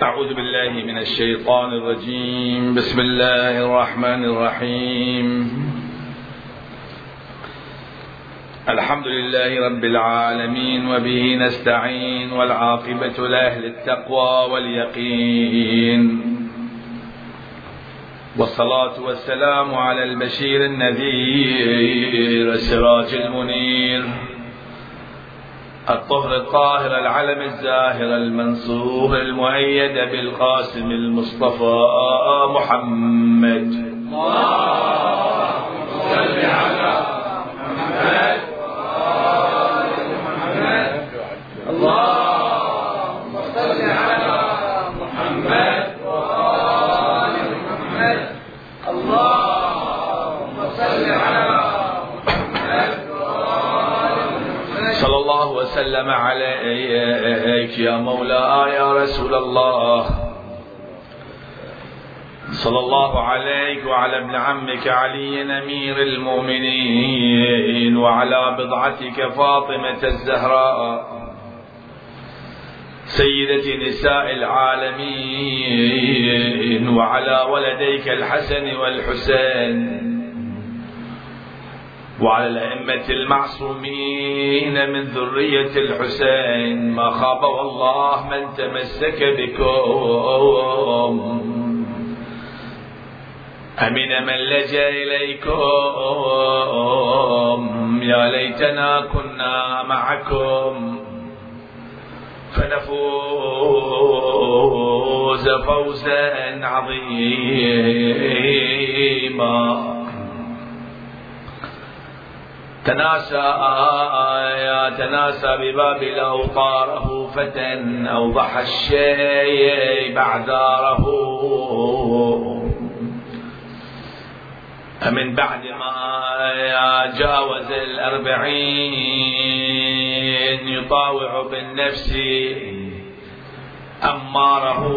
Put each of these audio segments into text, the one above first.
أعوذ بالله من الشيطان الرجيم. بسم الله الرحمن الرحيم. الحمد لله رب العالمين وبه نستعين والعاقبة لأهل التقوى واليقين، والصلاة والسلام على البشير النذير السراج المنير الطهر الطاهر العلم الزاهر المنصور المؤيد بالقاسم المصطفى محمد. اللهم صل على محمد وآل محمد. اللهم صل على محمد وآل محمد. اللهم صل على صلى الله وسلم عليك يا مولاي يا رسول الله. صلى الله عليك وعلى ابن عمك علي أمير المؤمنين، وعلى بضعتك فاطمة الزهراء سيدة نساء العالمين، وعلى ولديك الحسن والحسين، وعلى الأئمة المعصومين من ذرية الحسين. ما خاب والله من تمسك بكم، أمن من لجأ إليكم. يا ليتنا كنا معكم فنفوز فوزا عظيما. تناسى ببابل أوطاره فتى أوضح الشيء بعذاره. من بعد ما جاوز 40 يطاوع بالنفس أماره.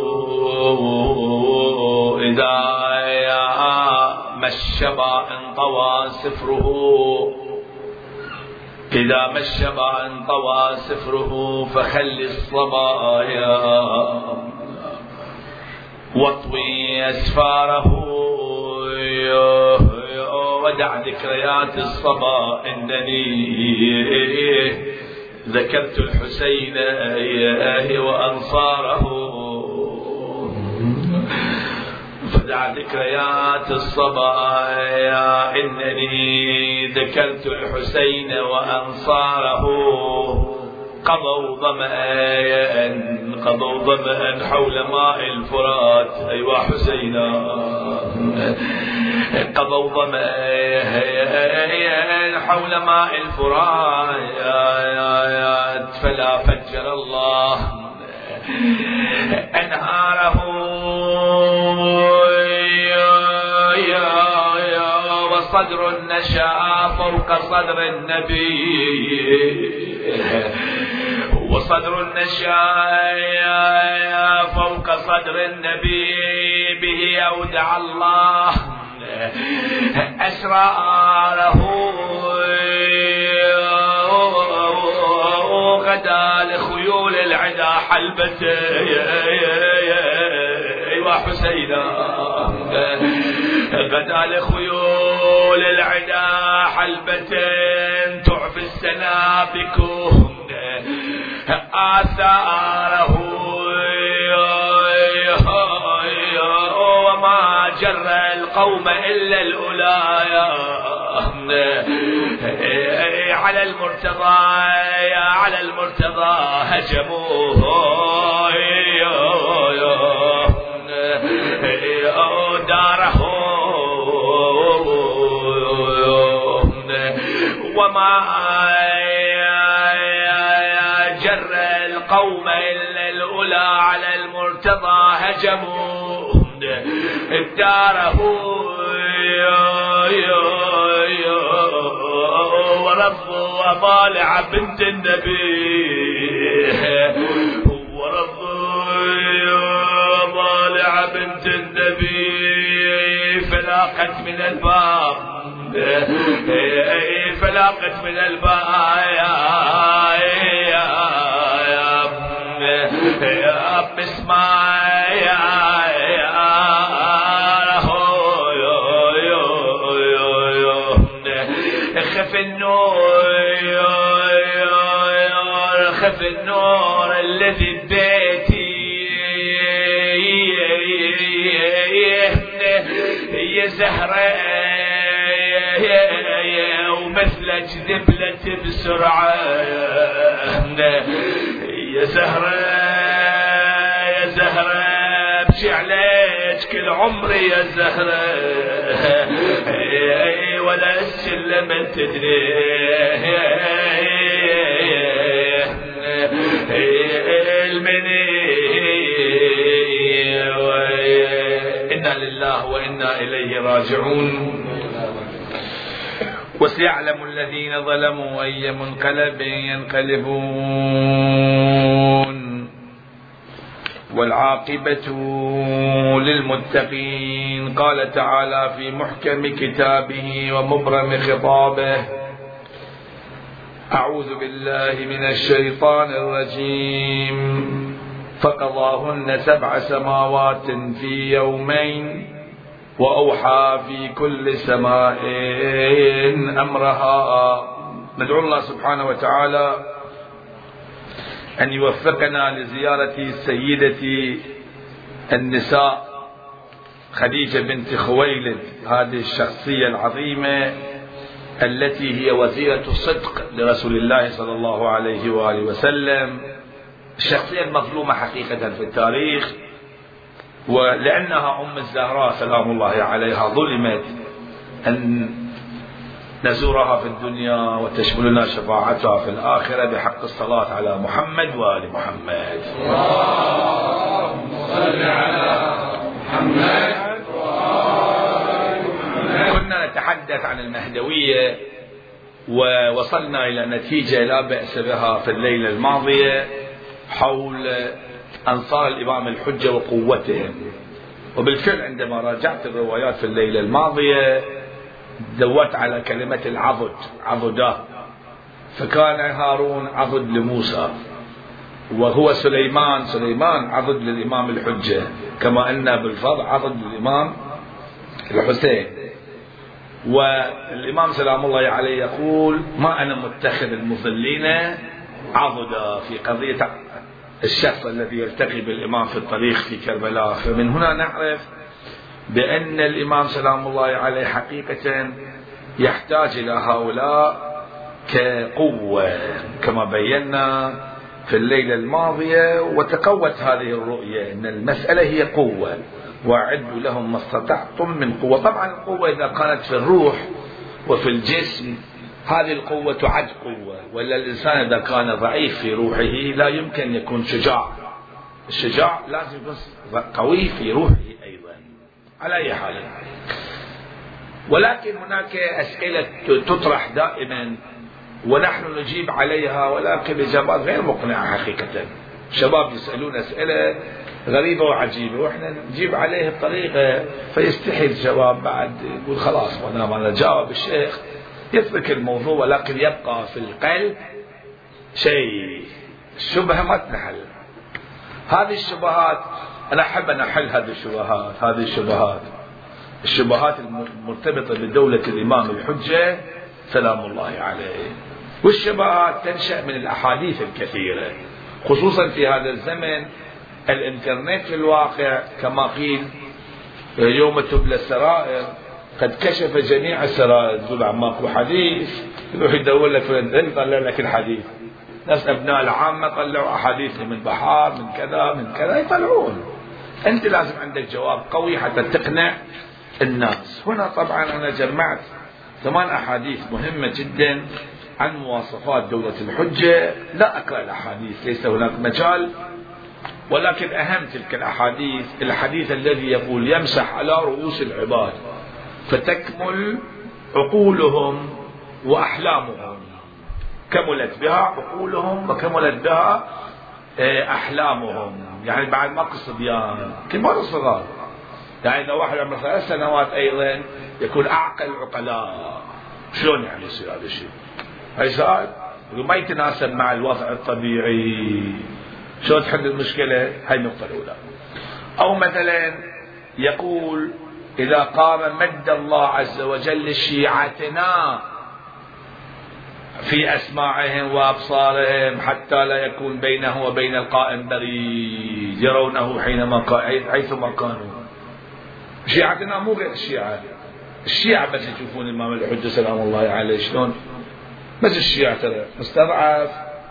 إذا ما الشبع انطوى سفره، إذا ما الشبع انطوى سفره، فخل الصبايا واطوي أسفاره. ودع ذكريات الصبا، إنني ذكرت الحسين وأنصاره. فدع ذكريات الصبايا، إنني ذكرت الحسين وأنصاره. قضوا ظمأ حول ماء الفرات. أيوا حسينا. قضوا ظمأ حول ماء الفرات، فلا فجر الله أنهاره. وصدر النشا فوق صدر النبي، وصدر النشا فوق صدر النبي. به أودع الله أسراره. غدا لخيول العدا حلبة. أيوا حسينا. غدا لخيول العدا حلبة، تعفي السنابك آثاره. وما جر القوم إلا الأولايا على المرتضى، على المرتضى هجموه. داره وما جر القوم إلا الأولى على المرتضى هجموا داره. ورضوا أضالع بنت النبي، ورضوا أضالع بنت النبي. فلاقت من الباب، فلاقت من الباب. يا مسمار خف النور الذي ببيتي يا زهرة ومثلك ذبلت بسرعة يا زهرة يا زهرة ابكي عليك كل عمري يا زهرة ولا السلم تدري إنا لله وإنا إليه راجعون. وسيعلم الذين ظلموا أي منقلب ينقلبون والعاقبة للمتقين. قال تعالى في محكم كتابه ومبرم خطابه: أعوذ بالله من الشيطان الرجيم. فقضاهن 7 سماوات في يومين وأوحى في كل سماء أمرها. ندعو الله سبحانه وتعالى أن يوفقنا لزيارة سيدة النساء خديجة بنت خويلد، هذه الشخصية العظيمة التي هي وزيرة صدق لرسول الله صلى الله عليه وآله وسلم، الشخصية المظلومة حقيقة في التاريخ، ولأنها أم الزهراء سلام الله عليها ظلمت أن نزورها في الدنيا وتشملنا شفاعتها في الآخرة بحق الصلاة على محمد وآل محمد. اللهم صل على محمد. كنا نتحدث عن المهدوية ووصلنا إلى نتيجة لا بأس بها في الليلة الماضية حول أنصار الإمام الحجة وقوتهم. وبالفعل عندما راجعت الروايات في الليلة الماضية دورت على كلمة العضد، عضده، فكان هارون عضد لموسى، وهو سليمان عضد للإمام الحجة، كما أن بالفضل عضد للإمام الحسين. والإمام سلام الله عليه يقول: ما أنا متخذ المضلين عضدا، في قضية الشخص الذي يلتقي بالإمام في الطريق في كربلاء. فمن هنا نعرف بأن الإمام سلام الله عليه حقيقة يحتاج إلى هؤلاء كقوة، كما بينا في الليلة الماضية. وتقوت هذه الرؤية أن المسألة هي قوة، وأعدوا لهم ما استطعتم من قوة. طبعا القوة إذا كانت في الروح وفي الجسم هذه القوة تعد قوة، ولا الإنسان إذا كان ضعيف في روحه لا يمكن يكون شجاع. الشجاع لازم يكون قوي في روحه أيضا على أي حال. ولكن هناك أسئلة تطرح دائما ونحن نجيب عليها، ولكن إجابات غير مقنعة حقيقة. شباب يسألون أسئلة غريبة وعجيبة وإحنا نجيب عليه بطريقة فيستحي الجواب، بعد يقول خلاص ما جاوب الشيخ، يترك الموضوع، ولكن يبقى في القلب شيء، الشبهة ما تنحل. هذه الشبهات أنا أحب أن أحل هذه الشبهات المرتبطة بدولة الإمام الحجة سلام الله عليه. والشبهات تنشأ من الأحاديث الكثيرة، خصوصا في هذا الزمن الإنترنت في الواقع كما قيل يوم تبلى السرائر، قد كشف جميع السرائر. تقول ماكو حديث، يروح يدور لك في الانترنت يطلع لك الحديث. ناس أبناء العامة طلعوا أحاديث من بحار من كذا يطلعون. أنت لازم عندك جواب قوي حتى تقنع الناس. هنا طبعا أنا جمعت 8 أحاديث مهمة جدا عن مواصفات دولة الحجة. لا أقرأ الأحاديث، ليس هناك مجال، ولكن أهم تلك الأحاديث الحديث الذي يقول: يمسح على رؤوس العباد فتكمل عقولهم وأحلامهم. كملت بها عقولهم وكملت بها أحلامهم، يعني بعد ما صبيان كبار الصغار. يعني إذا واحد عمره 3 سنوات أيضا يكون أعقل عقلاء. شلون يعني يصير هذا الشيء؟ هاي سؤال ما يتناسب مع الوضع الطبيعي. شلون تحل المشكلة؟ هاي النقطة الأولى. أو مثلا يقول إذا قام مد الله عز وجل شيعتنا في أسماعهم وأبصارهم حتى لا يكون بينه وبين القائم بريد يرونه حيثما كانوا. شيعتنا مو غير الشيعة بس يشوفون الإمام الحجة سلام الله عليه شلون، بس الشيعة ترى مستضعف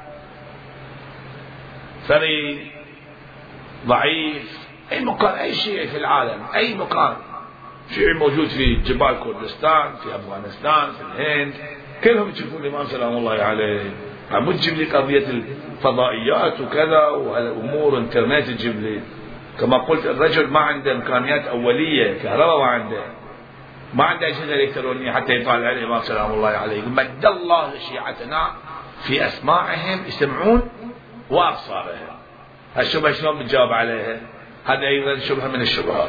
ثري ضعيف، أي مكان أي شيعي في العالم، أي مكان شيعي موجود في جبال كردستان، في أفغانستان، في الهند، كلهم يشوفون الإمام سلام الله عليه. مو تجيب لي قضية الفضائيات وكذا وأمور انترنت، تجيب لي كما قلت الرجل ما عنده إمكانيات أولية، كهرباء ما عنده أجهزة إلكترونية حتى يطالع الإمام سلام الله عليه. مد الله شيعتنا في أسماعهم يسمعون وأبصارهم. هالشبهة شلون بتجاوب عليها؟ هذا أيضا شبهة من الشبهات.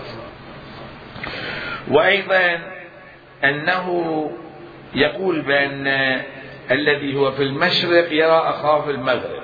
وأيضا أنه يقول بأن الذي هو في المشرق يرى أخاه في المغرب.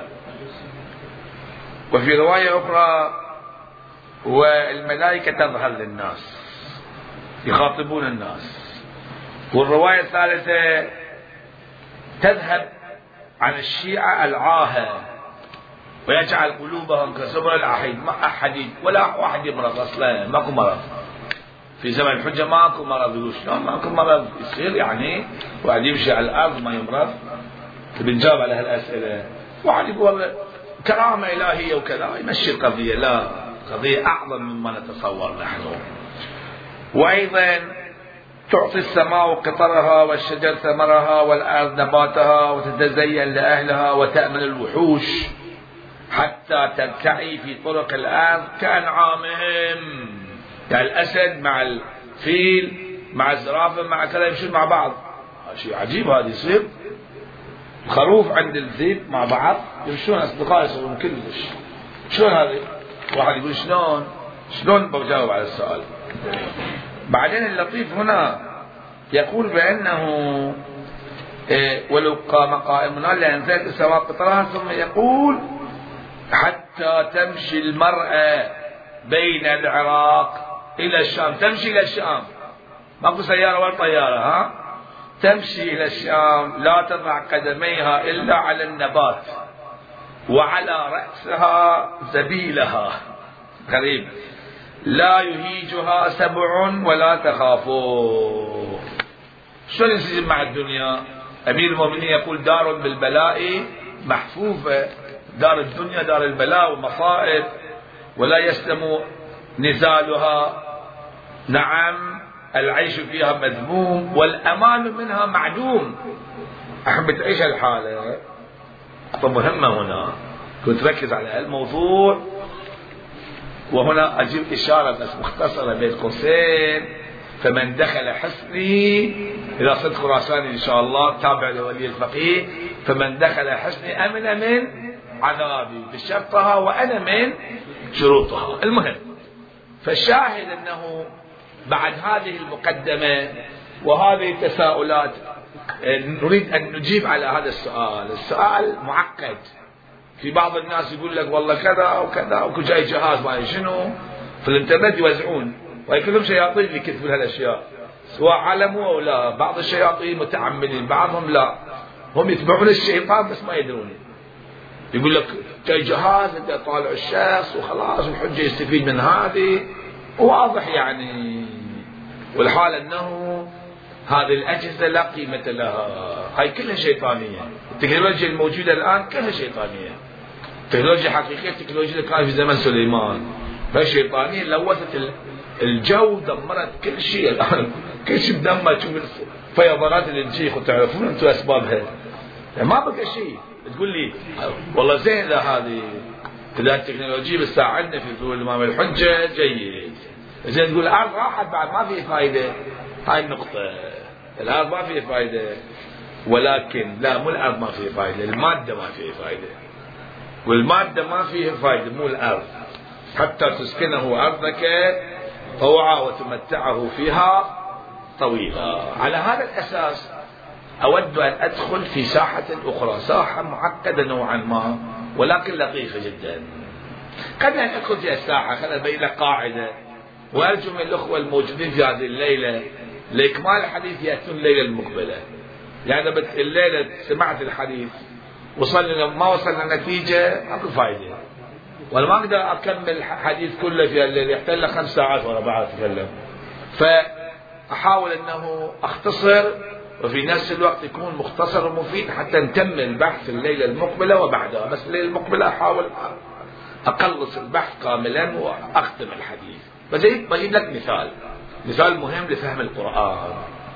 وفي رواية أخرى والملائكة تظهر للناس يخاطبون الناس. والرواية الثالثة تذهب عن الشيعة العاهة ويجعل قلوبهم كسبر الحديد، ولا واحد يمرض أصلا، ماكو مرض في زمن الحجة، ماكو مرض. يقول شلون ماكو مرض يصير؟ يعني واحد يمشي على الأرض ما يمرض؟ بنجاوب على هالأسئلة. واحد يقول كرامة إلهية وكذا يمشي القضية، لا، قضية أعظم مما نتصور نحن. وأيضا تعطي السماء قطرها والشجر ثمرها والأرض نباتها وتتزين لأهلها وتأمن الوحوش حتى ترتعي في طرق الأرض كأنعامهم. يعني الأسد مع الفيل مع الزرافة مع كذا يمشون مع بعض، شيء عجيب هذا يصير. الخروف عند الذئب مع بعض يمشون أصدقاء يصيرون كلش. شلون هذا؟ واحد يقول شلون بجاوب على السؤال. بعدين اللطيف هنا يقول بأنه ولو قام قائمنا لأنزلت السماء قطرها، ثم يقول حتى تمشي المرأة بين العراق إلى الشام. تمشي إلى الشام، ماكو سيارة ولا طيارة، ها؟ تمشي إلى الشام لا تضع قدميها إلا على النبات وعلى رأسها زبيلها قريب، لا يهيجها سبع ولا تخافوا. شلون ينسجم مع الدنيا؟ أمير المؤمنين يقول دار بالبلاء محفوفة، دار الدنيا دار البلاء والمصائب ولا يسلم نزالها. نعم العيش فيها مذموم والأمان منها معدوم. أحب تعيش الحالة. فمهمة هنا كنت ركز على الموضوع، وهنا أجيب إشارة بس مختصرة بين قوسين: فمن دخل حصني، إلى صدق خراساني إن شاء الله تابع لولي الفقيه، فمن دخل حصني أمن من عذابي بشرطها وأنا من شروطها. المهم، فالشاهد أنه بعد هذه المقدمة وهذه التساؤلات نريد أن نجيب على هذا السؤال. السؤال معقد. في بعض الناس يقول لك والله كذا وكذا وكل جاي جهاز ما شنو في الانترنت يوزعون، وهي كلهم شياطين اللي يكتبون هالاشياء، سواء علموا او لا. بعض الشياطين متعمدين، بعضهم لا، هم يتبعون الشيطان بس ما يدرون. يقول لك جاي جهاز انت طالع الشخص وخلاص الحجه يستفيد من هذه، واضح يعني. والحال انه هذه الاجهزه لا قيمه لها، هاي كلها شيطانيه. التكنولوجيا الموجوده الان كلها شيطانيه. تكنولوجيا حقيقيه، التكنولوجيا اللي كانت في زمن سليمان، فهي شيطانيه لوثت الجو، دمرت كل شيء الان، كل شيء بدمر. تشوف الفيضانات اللي تجيك وتعرفون انتم اسبابها، ما بقى شيء. تقول لي والله زين اذا هذه اذا التكنولوجيا بتساعدنا في ظهور الامام الحجه جيد، زين تقول الارض راحت بعد ما في فائده. هاي النقطه، الارض ما فيها فائده. ولكن لا، مو الارض ما فيها فائده، الماده ما فيها فائده. والماده ما فيها فائده، مو الارض. حتى تسكنه ارضك طوعا وتمتعه فيها طويلا. على هذا الاساس اود ان ادخل في ساحه اخرى، ساحه معقده نوعا ما ولكن لطيفه جدا. قبل أن أدخل في الساحة خلينا أبين لك قاعدة، وأرجو من الأخوة الموجودين في هذه الليلة لإكمال الحديث يأتون الليلة المقبلة. يعني الليلة سمعت الحديث ما وصلنا نتيجة ماكو فايدة، وأنا ما أقدر أكمل الحديث كله في الليل، يحتاج له 5 ساعات ورا بعض أتكلم. فأحاول أنه أختصر وفي نفس الوقت يكون مختصر ومفيد حتى نكمل البحث الليلة المقبلة وبعدها. بس الليلة المقبلة أحاول أقلص البحث كاملا وأختم الحديث. بجيب لك مثال مهم لفهم القرآن.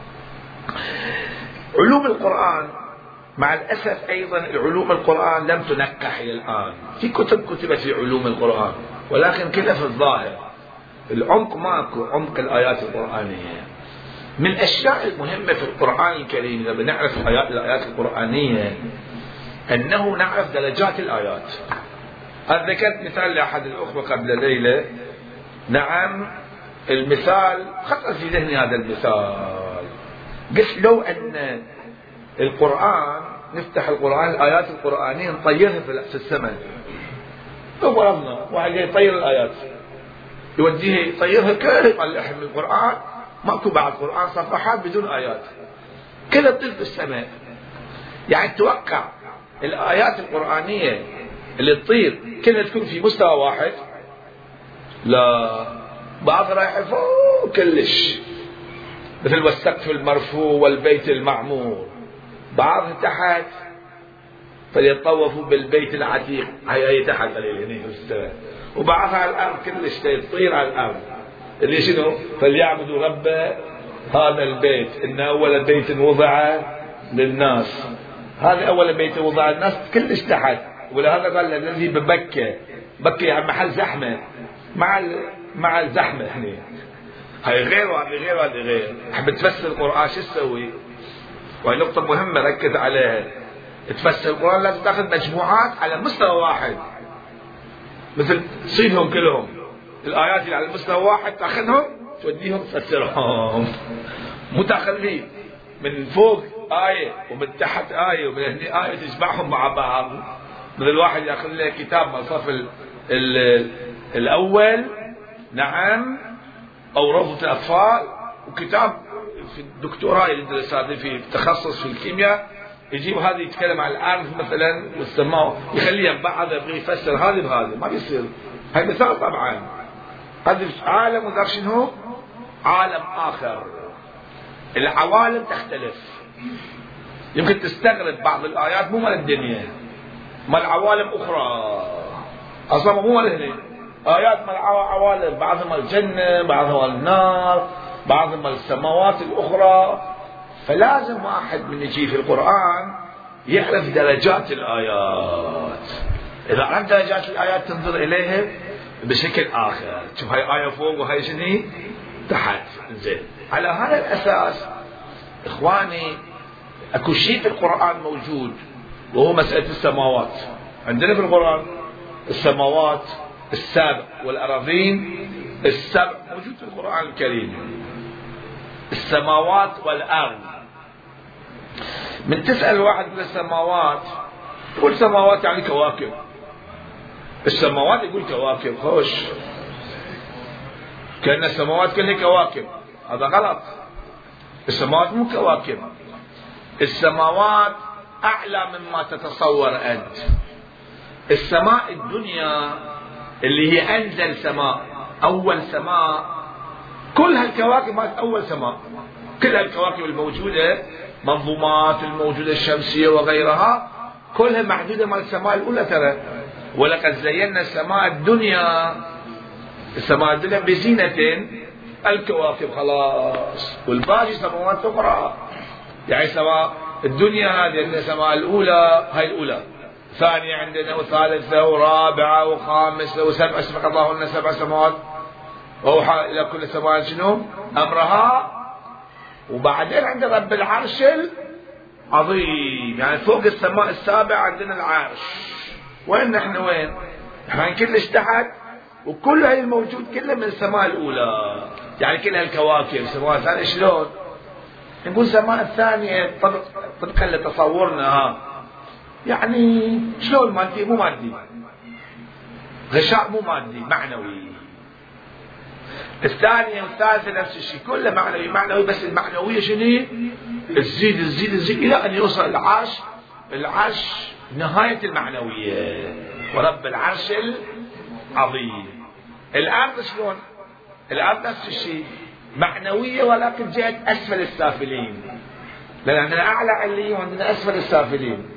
علوم القرآن مع الأسف أيضا علوم القرآن لم تنكح إلى الآن. في كتب كتبت في علوم القرآن ولكن كلها في الظاهر، العمق ماكو، عمق الآيات القرآنية. من الأشياء المهمة في القرآن الكريم إذا بنعرف الآيات القرآنية أنه نعرف درجات الآيات. أنا ذكرت مثال لأحد الأخوة قبل ليلة، نعم المثال خطر في ذهني هذا المثال، قلت لو أن القرآن نفتح القرآن الآيات القرآنية نطيرها في السماء، لو فرضنا واحد يطير الآيات يوديها يطيرها كلها يطلعها من القرآن، ماكو بعد القرآن صفحات بدون آيات كلها تطير في السماء. يعني توقع الآيات القرآنية اللي تطير كلها تكون في مستوى واحد؟ لا، بعض رايحة فوق كلش مثل والسقف المرفوع والبيت المعمور، بعض تحت فليطوفوا بالبيت العتيق، هي تحت هنا في السماء، وبعضها على الأرض كلش تطير على الأرض اللي شنو؟ فليعبدوا رب هذا البيت إن أول بيت وضع للناس، هذا أول بيت وضع للناس كلش تحت. ولهذا قال الذي ببكة، بكة يعني محل زحمة مع الزحمة هنا، هاي غير وهذه غير وهذه غير. حب تفسر القرآن شو تسوي؟ وهي نقطة مهمة ركز عليها. تفسر القرآن لازم تاخذ مجموعات على مستوى واحد، مثل تصيدهم كلهم الآيات اللي على مستوى واحد تاخذهم توديهم تفسرهم، مو تاخذ من فوق آية ومن تحت آية ومن هنا آية تجمعهم مع بعض. مثل واحد ياخذ له كتاب من الصف الأول، نعم، أو روضة الأطفال، وكتاب في الدكتوراه يدرس هذا في تخصص في الكيمياء، يجيب هذا يتكلم عن الأرض مثلا والسماء، يخليها بعض يبغى يفسر هذا بهذا، ما بيصير. هاي مثال طبعا، هذا عالم وذاك شنو؟ عالم آخر. العوالم تختلف، يمكن تستغرب بعض الآيات مو مال الدنيا، مال عوالم أخرى أصلا مو مال هنا. آيات مال عوالم، بعضها مال الجنة، بعضها مال النار، بعضها مال السماوات الأخرى. فلازم واحد من يجي في القرآن يعرف درجات الآيات. إذا عرفت درجات الآيات تنظر إليها بشكل آخر، تشوف هاي آية فوق وهاي شنو تحت. زين، على هذا الأساس إخواني أكو شيء في القرآن موجود وهو مسألة السماوات. عندنا في القرآن السماوات السبع والأراضين السبع موجود في القرآن الكريم. السماوات والأرض، من تسأل واحد من السماوات يقول السماوات يعني كواكب، السماوات يقول كواكب، خوش كأن السماوات كلها كواكب، هذا غلط. السماوات مو كواكب، السماوات أعلى مما تتصور أنت. السماء الدنيا اللي هي أنزل سماء، أول سماء، كل هالكواكب مالت أول سماء، كل هالكواكب الموجودة منظومات الموجودة الشمسية وغيرها كلها محدودة مال السماء الأولى ترى. ولقد زينا السماء الدنيا، السماء الدنيا بزينة الكواكب خلاص، والباقي سماوات أخرى. يعني سماء الدنيا هذه عندنا السماء الأولى، هاي الأولى، ثانية عندنا وثالثة ورابعة وخامسة وسبعة، سبق الله لنا 7 سماوات، أوحى إلى كل سماء شنو أمرها. وبعدين عند رب العرش العظيم، يعني فوق السماء السابعة عندنا العرش. وين نحن؟ وين احنا؟ كلش تحت، وكل هاي الموجود كله من السماء الأولى، يعني كل هالكواكب. السماء الثانية شلون؟ نقول السماء الثانية طبقا لتصورنا، يعني شلون مادي؟ مو مادي، غشاء مو مادي، معنوي. الثانية والثالثة نفس الشيء، كله معنوي معنوي، بس المعنوية شنو؟ تزيد تزيد تزيد إلى أن يوصل العرش. العرش نهاية المعنوية، ورب العرش العظيم. الأرض شلون؟ الأرض نفس الشيء، معنوية ولكن جهة أسفل السافلين، لأن عندنا أعلى عليين وعندنا أسفل السافلين.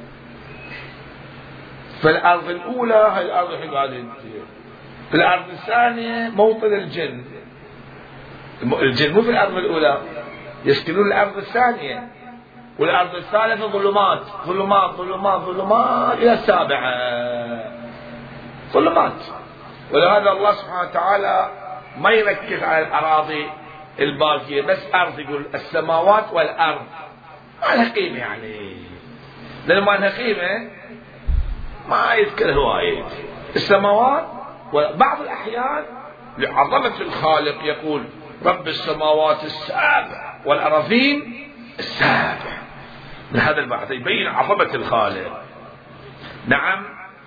فالأرض الأولى هي الأرض الحين قاعدين، في الأرض الثانية موطن الجن. الجن مو في الأرض الأولى، يسكنون الأرض الثانية، والأرض الثالثة ظلمات ظلمات ظلمات ظلمات إلى السابعة، ظلمات. ولهذا الله سبحانه وتعالى ما يركز على الأراضي الباقية، بس أرض، يقول السماوات والأرض ما لها قيمة، يعني لأن ما لها قيمة ما يذكرها وايد. السماوات، وبعض الأحيان لعظمة الخالق يقول رب السماوات السبع والأراضين السبع، من هذا البعض يبين عظمة الخالق. نعم.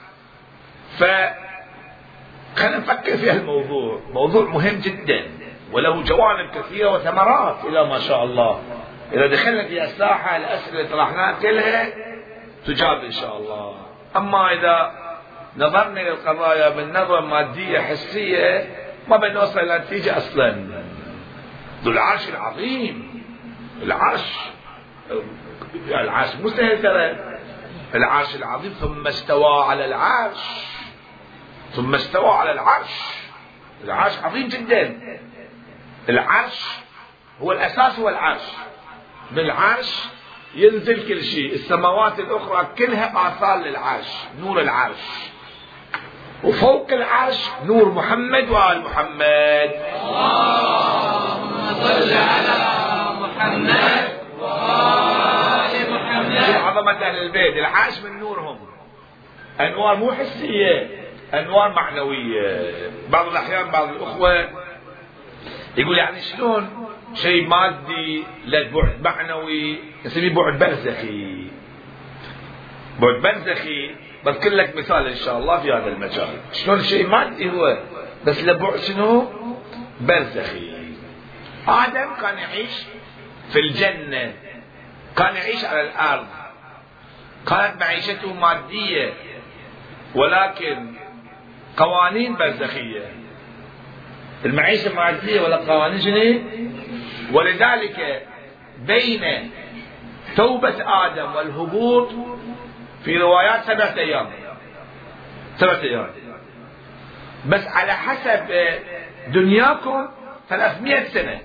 خلينا نفكر في الموضوع، موضوع مهم جدا وله جوانب كثيرة وثمرات إلى ما شاء الله. إذا دخلنا في الساحة الأسئلة اللي طرحناها كلها تجاب إن شاء الله. أما إذا نظرنا للقضايا من نظرة مادية حسية ما بنوصل إلى نتيجة أصلا. ذو العرش العظيم، العرش مو سهل ترى، العرش العظيم. ثم استوى على العرش، ثم استوى على العرش. العرش عظيم جدا. العرش هو الأساس، هو العرش. بالعرش ينزل كل شيء، السماوات الأخرى كلها آثار للعرش، نور العرش. وفوق العرش نور محمد وآل محمد. اللهم صل على محمد وآل محمد. عظمة أهل البيت، العرش من نورهم أنوار مو حسية، أنوار معنوية. بعض الأحيان بعض الأخوة يقول يعني شلون شيء مادي لبعد معنوي، نسميه بعد برزخي. بعد برزخي بذكر لك مثال إن شاء الله في هذا المجال، شلون شيء مادي هو بس لبعد شنو؟ برزخي. آدم كان يعيش في الجنة، كان يعيش على الأرض، كانت معيشته مادية ولكن قوانين برزخية. المعيشة مادية ولا قوانين شنو؟ ولذلك بين توبة آدم والهبوط في روايات 7 أيام، 7 أيام بس على حسب دنياكم 300 سنة.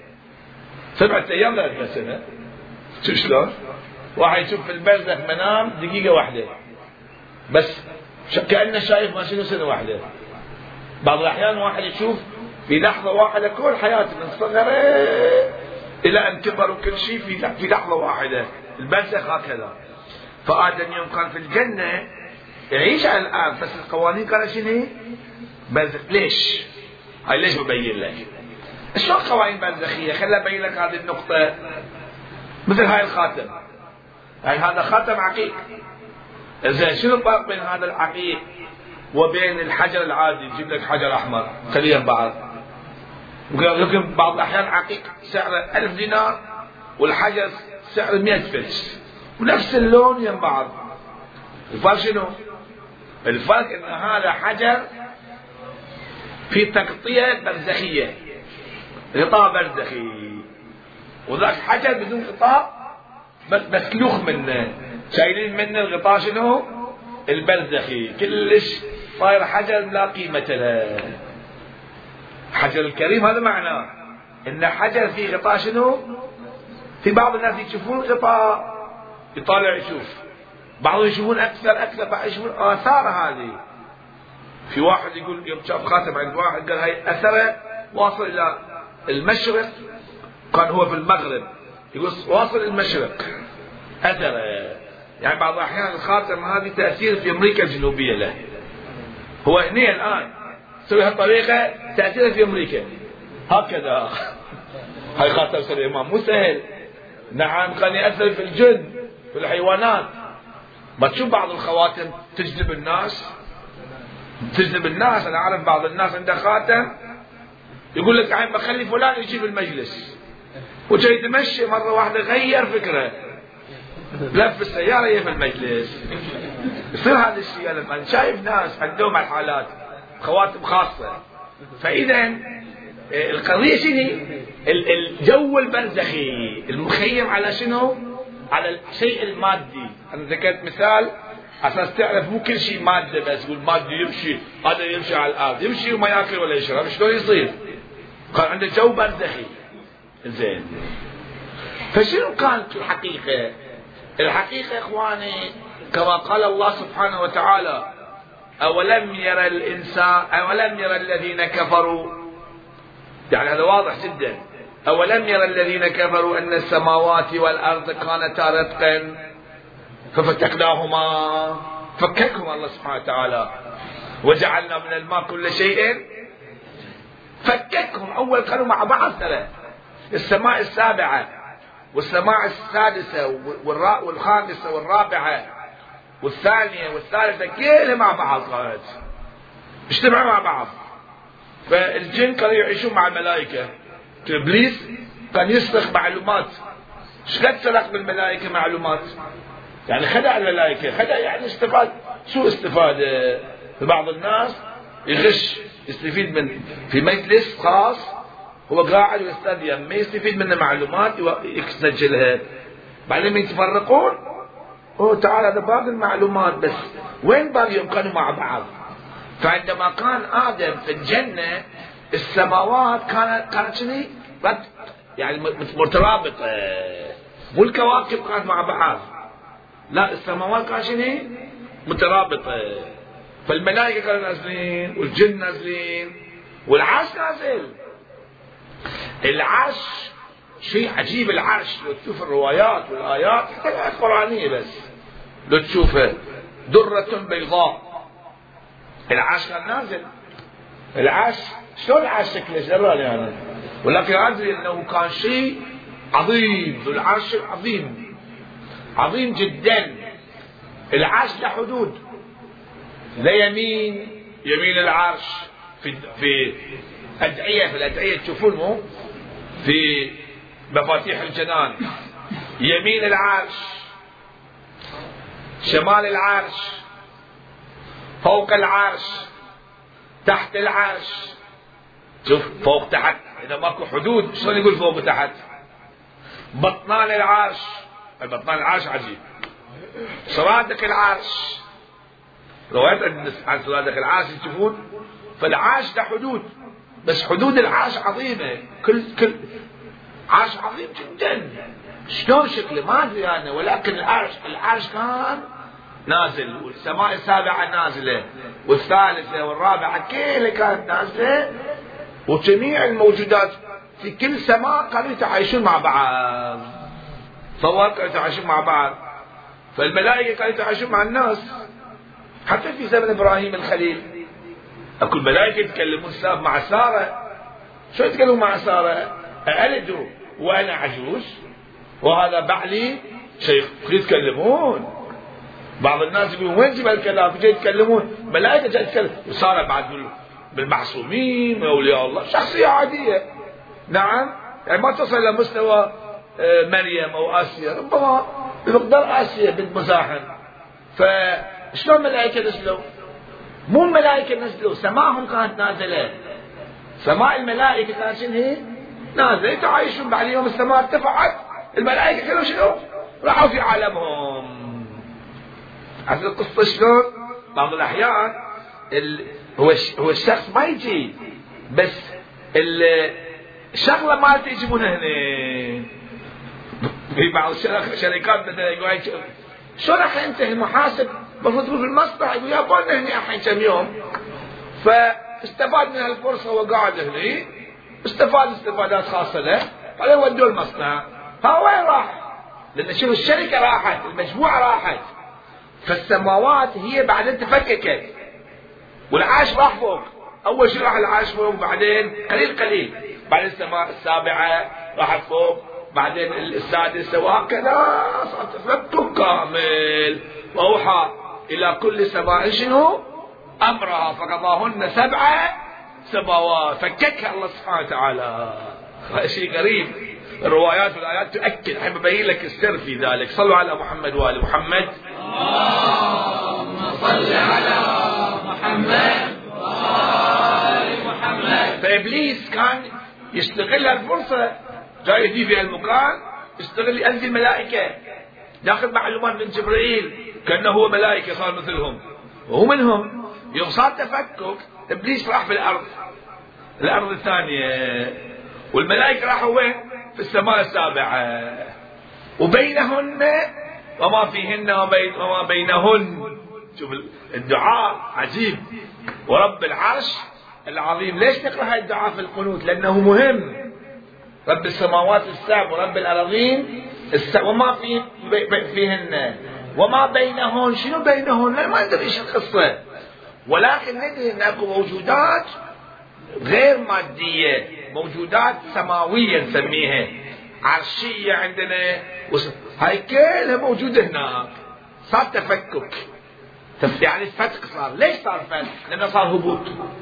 7 أيام 300 سنة. شوف شلون واحد يشوف في البرزخ منام دقيقة واحدة بس كأنه شايف ما شنو سنة واحدة. بعض الأحيان واحد يشوف في لحظة واحدة كل حياته من صغره إلى أن كبر وكل شيء في لحظة واحدة. البرزخ هكذا. فآدم يوم كان في الجنة يعيش على الآن، بس القوانين كانت شنو؟ برزخ. ليش؟ هاي ليش ببين لك؟ شلون قوانين برزخية؟ خليني أبين لك هذه النقطة. مثل هاي الخاتم، يعني هذا خاتم عقيق. إذا شنو الفرق بين هذا العقيق وبين الحجر العادي؟ يجيب لك حجر أحمر خليهم بعض، يمكن بعض الأحيان عقيق سعره 1000 دينار والحجر سعره 100 فلس ونفس اللون يم بعض. الفرق شنو؟ الفرق إن هذا حجر في تغطية برزخية، غطاء برزخي، وذاك حجر بدون غطاء بس مسلوخ منه، شايلين منه الغطاء شنو؟ البرزخي، كلش صاير حجر لا قيمة له. حجر الكريم هذا معناه ان حجر فيه غطاء شنو؟ في بعض الناس يشوفون غطاء يطالع يشوف، بعضهم يشوفون اكثر، بعض يشوفون اثار هذه. في واحد يقول يوم شاف خاتم عند واحد قال هاي اثره واصل الى المشرق، كان هو في المغرب يقول واصل المشرق اثره. يعني بعض الاحيان الخاتم هذه تاثير في امريكا الجنوبيه له، هو هنا الان سوي هالطريقه تاثيره في امريكا هكذا. هاي خاتم سليمان مو سهل. نعم كان ياثر في الجن في الحيوانات. ما تشوف بعض الخواتم تجذب الناس تجذب الناس. أنا أعرف بعض الناس عنده خاتم يقول لك عين بخلي فلان يجي في المجلس، وجاي يتمشي مرة واحدة غير فكرة، لف السيارة هي في المجلس. يصير هذا الشيء. أنا شايف ناس عندهم الحالات خواتم خاصة. فإذا القضية شنو؟ الجو البرزخي المخيم على شنو؟ على الشيء المادي. أنا ذكرت مثال أساس تعرف مو كل شيء مادة بس. يقول مادي يمشي، هذا يمشي على الأرض، يمشي وما يأكل ولا يشرب، شلون يصير؟ كان عنده جو برزخي. زين، فشنو كانت الحقيقة؟ الحقيقة إخواني كما قال الله سبحانه وتعالى: أولم يرى الإنسان، أولم يرى الذين كفروا، يعني هذا واضح جدا. أولم يرى الذين كفروا أن السماوات والأرض كانتا رتقا ففتقناهما، فككهم الله سبحانه وتعالى، وجعلنا من الماء كل شيء، فككهم. أول كانوا مع بعض ترى، السماء السابعة والسماء السادسة والخامسة والرابعة والثانية والثالثة كلها مع بعض كانت اجتمعوا مع بعض. فالجن كانوا يعيشون مع الملائكة. إبليس كان يسرق معلومات. شقد سرق بالملائكة معلومات؟ يعني خدع الملائكة، خدع يعني استفاد سوء استفادة. بعض الناس يغش، يستفيد من في مجلس خاص هو قاعد ويستاذ ما يستفيد منه معلومات يسجلها، بعدين يتفرقون. تعال هذا باقي المعلومات، بس وين باقيهم؟ كانوا مع بعض. فعندما كان آدم في الجنة السماوات كانت شنو؟ يعني مترابطة، مو الكواكب كانت مع بعض، لا السماوات كانت شنو؟ مترابطة. فالملائكة كانوا نازلين والجن نازلين والعرش نازل. العرش شيء عجيب. العرش لو تشوف الروايات والآيات حتى الآيات القرآنية بس لو تشوفها درة بيضاء. العرش كان نازل. العرش شلون العرش شكله جرال يعني، ولكن أدري أنه كان شيء عظيم. العرش عظيم عظيم جدا. العرش له حدود، لا يمين العرش في أدعية، في الأدعية تشوفون مو في مفاتيح الجنان، يمين العرش، شمال العرش، فوق العرش، تحت العرش. شوف فوق تحت، إذا ماكو حدود شلون يقول فوق وتحت؟ بطنان العرش، بطنان العرش عجيب. سرادق العرش، روايات عن سرادق العرش تشوفون. فالعرش له حدود، بس حدود العرش عظيمة. كل عرش عظيم جدا. شلون شكله ما ادري انا، ولكن العرش كان نازل، والسماء السابعة نازلة، والثالثة والرابعة كلها كانت نازلة، وجميع الموجودات في كل سماء كانوا يتعايشون مع بعض. تصور كانوا يتعايشون مع بعض. فالملائكة كانوا يتعايشون مع الناس. حتى في زمن إبراهيم الخليل أكو الملائكة يتكلمون ساب مع سارة. شو يتكلمون مع سارة؟ ألد وأنا عجوز وهذا بعلي شيخ. يتكلمون. بعض الناس يقولون وين جيب هالكلام؟ جاي يتكلمون ملائكة جاي تتكلم. وسارة بعد بالمعصومين وأولياء الله، شخصية عادية. نعم، يعني ما تصل إلى مستوى مريم أو آسيا، ربما بمقدار آسيا بنت مزاحم. فشلون الملائكة نزلوا؟ مو الملائكة نزلوا، سماهم كانت نازلة. سماء الملائكة كانت شنو هي؟ نازلة، يتعايشون. بعد يوم السماء ارتفعت، الملائكة كانوا شنو؟ راحوا في عالمهم. عرفت القصة شلون؟ بعض الأحيان هو الشخص ما يجي، بس الشغلة مالته يجيبونها هنا. في بعض الشركات مثلا يقول شلون احنا انت المحاسب المفروض تروح في المصنع، يقول يا بونا هنا الحين كم يوم. فاستفاد من هالفرصة وقاعد هنا، استفاد استفادات خاصة له، بعدين ودوه المصنع. ها وين راح؟ لأن شوف الشركة راحت، المجموعة راحت، فالسماوات هي بعدين تفككت، والعاش راح فوق. أول شيء راح العاش فوق، بعدين قليل بعدين السماء السابعة راحت فوق، بعدين السادسة، وهكذا صار تفكك كامل. وأوحى إلى كل سماء شنو؟ أمرها فقضاهن 7 سماوات، فككها الله سبحانه وتعالى. هذا شيء غريب. الروايات والآيات تؤكد. أحب أبين لك السر في ذلك. صلوا على محمد وآل محمد. اللهم صل على محمد وآل محمد. فإبليس كان يستغل الفرصة، جاي يجي في المكان يستغل، ينزل ملائكة، ياخذ معلومات من جبريل كأنه هو ملائكة صار مثلهم وهو منهم. يوم صار تفكك إبليس راح في الأرض الثانية، والملائكة راحوا وين؟ في السماء السابعة، وبينهن وما فيهن وما بينهن. شوف الدعاء عجيب. ورب العرش العظيم. ليش نقرأ هاي الدعاء في القنوت؟ لأنه مهم. رب السماوات السبع ورب الأراضين وما فيهن وما بينهن. شنو بينهن؟ ما ندري ايش القصة، ولكن ندري ان اكو موجودات غير مادية، موجودات سماوية نسميها، عرشية عندنا، هاي كلها موجودة هناك. صار تفكك، يعني الفتك صار. ليش صار فتك؟ لأنه صار هبوط.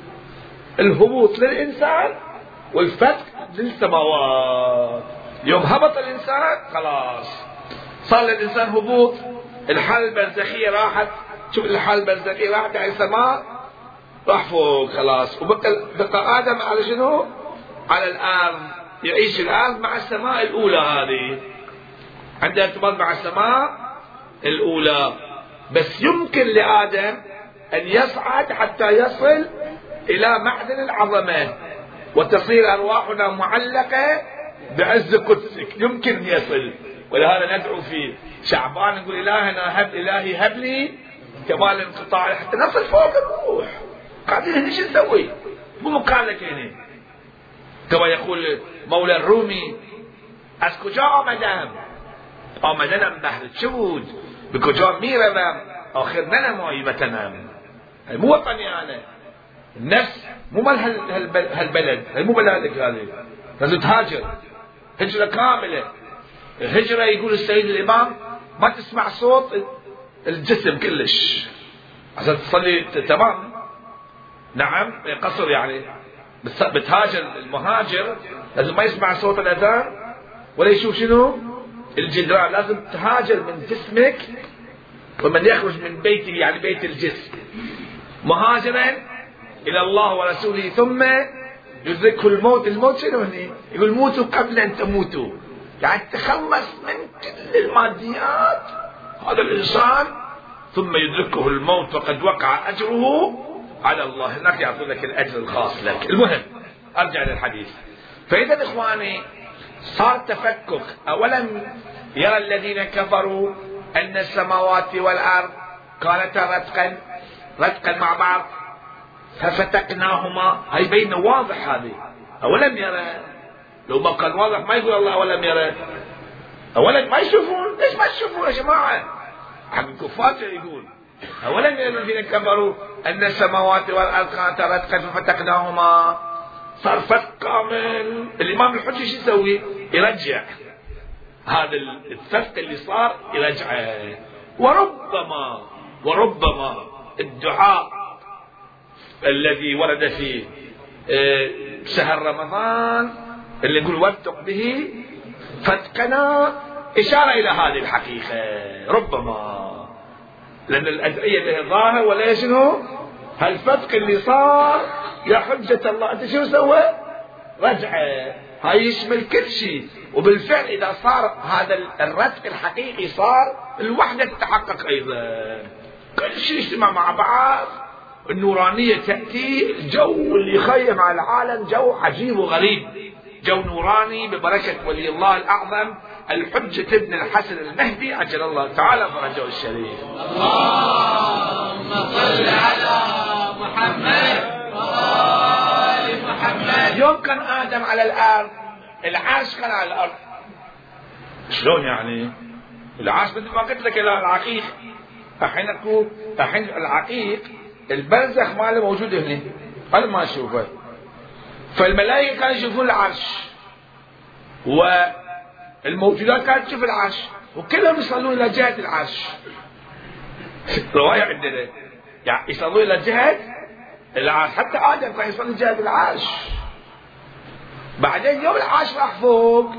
الهبوط للإنسان والفتك للسماوات. يوم هبط الإنسان خلاص صار للإنسان هبوط. الحالة البرزخية راحت. شوف الحالة البرزخية راحت على السماء، راح فوق خلاص، وبقى آدم على شنو؟ على الأرض. يعيش الأرض مع السماء الأولى. هذه عندها ارتباط مع السماء الأولى. بس يمكن لآدم أن يصعد حتى يصل إلى معدن العظمة، وتصير أرواحنا معلقة بعز قدسك. يمكن يصل. ولهذا ندعو في شعبان نقول إلهي هب لي كمال الانقطاع حتى نصل فوق الروح. قاعدين هنا شو نسوي؟ مو مكانك هنا. كما يقول مولى الرومي: از کجا آمدنم بحر چود، به کجا میروم آخر ننمایی وطنم. مو وطني أنا. النفس مو مال هالبلد، مو بلادك هذه. لازم تهاجر هجرة كاملة. الهجرة يقول السيد الإمام ما تسمع صوت الجسم كلش عشان تصلي تمام. نعم قصر يعني. بتهاجر المهاجر لازم ما يسمع صوت الأذان ولا يشوف شنو الجدران. لازم تهاجر من جسمك، ومن يخرج من بيته يعني بيت الجسم مهاجرا إلى الله ورسوله ثم يدركه الموت. الموت شنو هني؟ يقول موتوا قبل أن تموتوا، يعني تخلص من كل الماديات هذا الإنسان ثم يدركه الموت وقد وقع أجره على الله. هناك يعطونك الأجر الخاص لك. المهم أرجع للحديث. فإذا إخواني صار تفكك. أولم يرى الذين كفروا أن السماوات والأرض كانتا رتقا مع بعض ففتقناهما. هاي بينه واضح. هذه أولم يرى. لو ما كان واضح ما يقول الله أولم يرى. أولا ما يشوفون. ليش ما تشوفون يا جماعة؟ حق الكفار يقول أولم يرى الذين كفروا أن السماوات والأرض كانتا رتقا ففتقناهما. صار فتق كامل. الإمام الحجي شو يسوي؟ يرجع هذا الفتق اللي صار، يرجعه. وربما الدعاء الذي ورد في شهر رمضان اللي يقول واتق به فتقنا إشارة إلى هذه الحقيقة. ربما لأن الأدعية له ظاهر ولا شنو؟ هالفتق اللي صار يا حجة الله أنت شو سوى؟ رجعه. هاي يشمل كل شيء. وبالفعل إذا صار هذا الرتق الحقيقي صار الوحدة تتحقق أيضا. كل شيء يجتمع مع بعض. النورانية تأتي. الجو اللي يخيم على العالم جو عجيب وغريب، جو نوراني ببركة ولي الله الأعظم الحجة ابن الحسن المهدي عجل الله تعالى فرجه الشريف. اللهم صل على محمد وآل محمد. يوم كان آدم على الأرض، العرش كان على الأرض. شلون يعني؟ العرش مثل ما قلت لك العقيق. الحين العقيق البرزخ ماله موجود هنا، أنا ما أشوفه. فالملائكة كانوا يشوفون العرش، والموجودات كانت تشوف العرش، وكلهم يصلون إلى جهة العرش. رواية عندنا يعني يصلوا إلى جهة العرش، حتى آدم كان يصلي جهة العرش. بعدين يوم العرش راح فوق،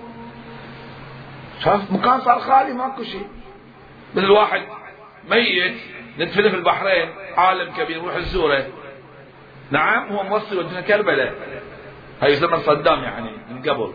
شاف مكان صار خالي ماكو شيء، مثل واحد ميت ندفنه في البحرين، عالم كبير نروح نزوره، نعم هو موصل ودنا كربلاء، هاي زمن صدام يعني من قبل،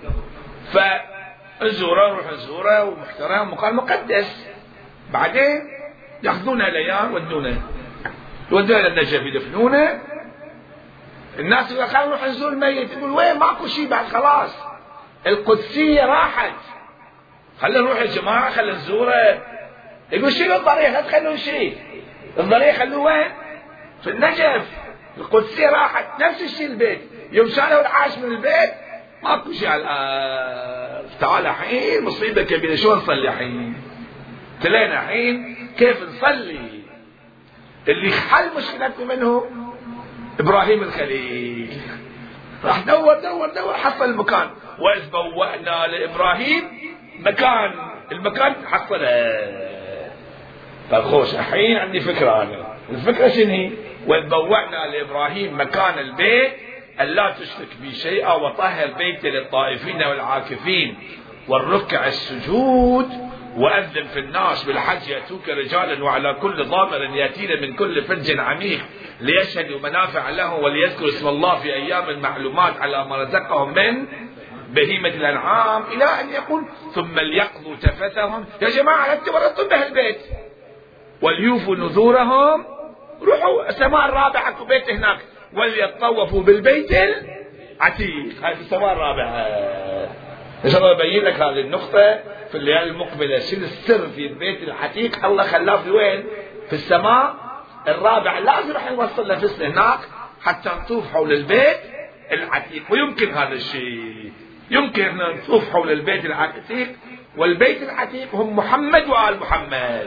فنزوره نروح نزوره ومحترم ومكان مقدس. بعدين ياخذونه الايام يودونه الى النجف يدفنونه. الناس يقول خلينا نروح نزور الميت، يقول وين ماكو شيء بعد خلاص القدسيه راحت، خلينا نروح يا جماعه خلينا نزوره. يقول شنو الضريح؟ لا تخلون شيء، الضريح خلوه وين؟ في النجف، القدسيه راحت. نفس الشيء البيت، يوم شالوا العاش من البيت ماكو شيء على الارض. تعال الحين مصيبه كبيره، شو نصلي الحين؟ تلينا الحين كيف نصلي؟ اللي حل مشكلتنا منه ابراهيم الخليل، راح دور حصل المكان، واذ بوأنا لابراهيم المكان حصله. فالخوش الحين عندي فكره، انا الفكره شنو هي؟ واذ بوأنا لابراهيم مكان البيت الا تشرك بي شيئا وطهر بيتي للطائفين والعاكفين والركع السجود وأذن في الناس بالحج يأتوك رجالا وعلى كل ضامر يأتين من كل فج عميق ليشهدوا منافع لهم وليذكروا اسم الله في أيام معلومات على ما رزقهم من بهيمة الأنعام، إلى أن يقول ثم ليقضوا تفثهم. يا جماعة أنتم ورطتم به البيت، وليوفوا نذورهم، روحوا السماء الرابعة اكو بيت هناك، وليطوفوا بالبيت العتيق. هذه السماء الرابعة. إن شاء الله أبين لك هذه النقطة في الليالي المقبلة، شنو السر في البيت العتيق؟ الله خلاه في وين؟ في السماء الرابعة. لازم راح نوصل نفسنا هناك حتى نطوف حول البيت العتيق. ويمكن هذا الشيء، يمكن أن نطوف حول البيت العتيق، والبيت العتيق هم محمد وآل محمد.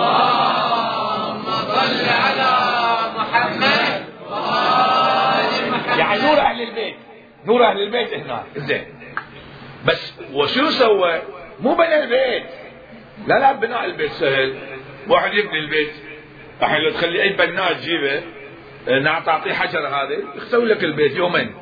اللهم صل على محمد وآل محمد. يعني نور أهل البيت، نور أهل البيت هناك. زين، بس وشو سوى؟ مو بنى البيت، لا بناء البيت سهل. واحد يبني البيت الحين لو تخلي اي بناء تجيبه تعطيه حجر هذا يسوي لك البيت يومين،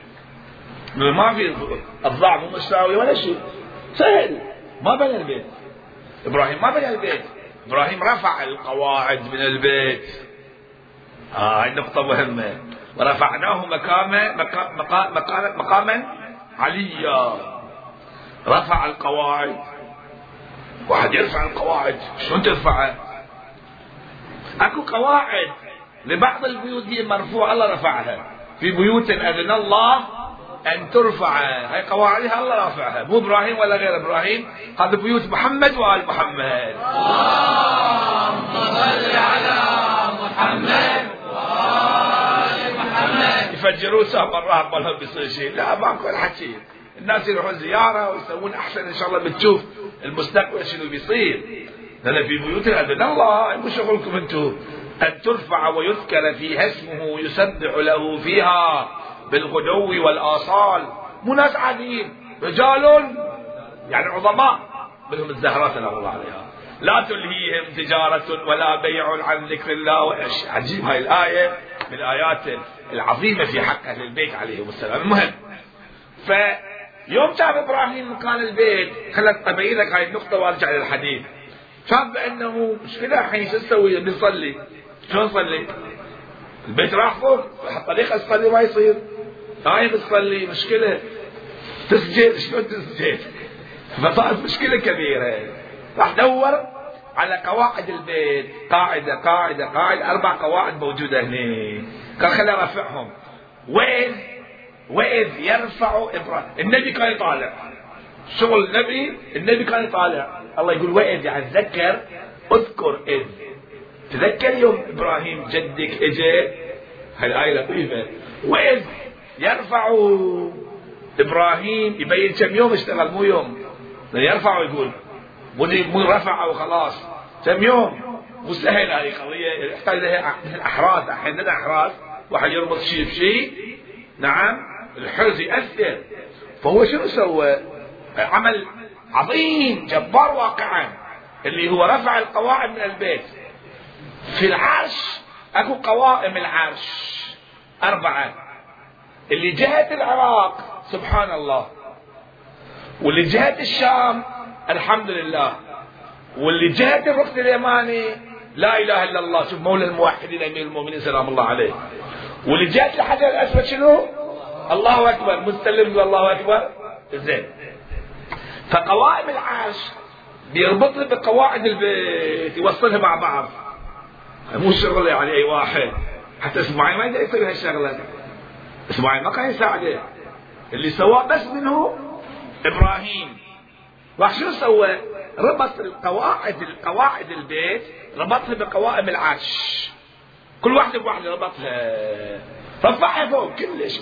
ما في الضع مو مساوي ولا شيء، سهل. ما بنى البيت ابراهيم، ما بنى البيت ابراهيم، رفع القواعد من البيت. هاي نقطة مهمة. ورفعناه مقاما عليا، رفع القواعد. واحد يرفع القواعد، شلون ترفعها؟ اكو قواعد لبعض البيوت هي مرفوعة، الله رفعها. في بيوت اذن الله ان ترفع، هاي قواعدها الله رافعها، مو ابراهيم ولا غير ابراهيم، هذه بيوت محمد وآل محمد. اللهم صل على محمد وآل محمد. يفجرون سهم الرهب ما لهم بيصير شيء، لا ماكو الحكي. الناس يروحون زيارة ويسوون أحسن، إن شاء الله بتشوف المستقبل شنو بيصير. لأن في بيوت أذن الله، مو شغلكم أنتم، أن ترفع ويذكر فيها اسمه يسبح له فيها بالغدو والآصال. مو ناس عاديين، رجال يعني عظماء، منهم الزهراء سلام الله عليها، لا تلهيهم تجارة ولا بيع عن ذكر الله. عجيب هاي الآية من الآيات العظيمة في حق أهل البيت عليهم السلام. المهم، فيوم شاف إبراهيم مكان البيت، خلت أبين لك هاي النقطة وارجع للحديث. شاف بأنه مشكلة الحين شو نسوي؟ بنصلي، شلون نصلي؟ البيت راح فوق، طريقة تصلي ما يصير، هاي بتصلي مشكلة، تسجد شلون تسجد؟ فصارت مشكلة كبيرة. راح دور على قواعد البيت، قاعدة 4 قواعد موجودة هنا، قال خلينا نرفعهم. وإذ يرفع إبراهيم، النبي كان يطالع شغل النبي كان يطالع. الله يقول وإذ، يعني تذكر، اذكر إذ، تذكر يوم إبراهيم جدك إجا. هاي الآية لطيفة. وإذ يرفع إبراهيم، يبين كم يوم اشتغل، مو يوم يرفع ويقول، مو رفع وخلاص، كم يوم. مو سهل هذه قضية، يحتاج لها مثل أحراز. أحيانا أحراز واحد يربط شيء بشيء، نعم الحرز يأثر. فهو شنو سوى؟ عمل عظيم جبار واقعا، اللي هو رفع القواعد من البيت. في العرش اكو قوائم العرش 4، اللي جهة العراق سبحان الله، واللي جهة الشام الحمد لله، واللي جهة الركن اليماني لا اله الا الله، شوف مولى الموحدين امير المؤمنين سلام الله عليه، واللي جهة الحجر الاسود شنو؟ الله اكبر، مستلم الله اكبر. زين، فقوائم العرش بيربطها بقواعد البيت، يوصلها مع بعض، مو شغله يعني اي واحد، حتى اسماعيل ما يقدر يسوي هالشغله، اسماعيل ما كان يساعده، اللي سواه بس منه ابراهيم. راح شو سوى؟ ربط قواعد البيت، ربطها بقوائم العرش، كل واحده بواحده ربطها، رفعها فوق كلش،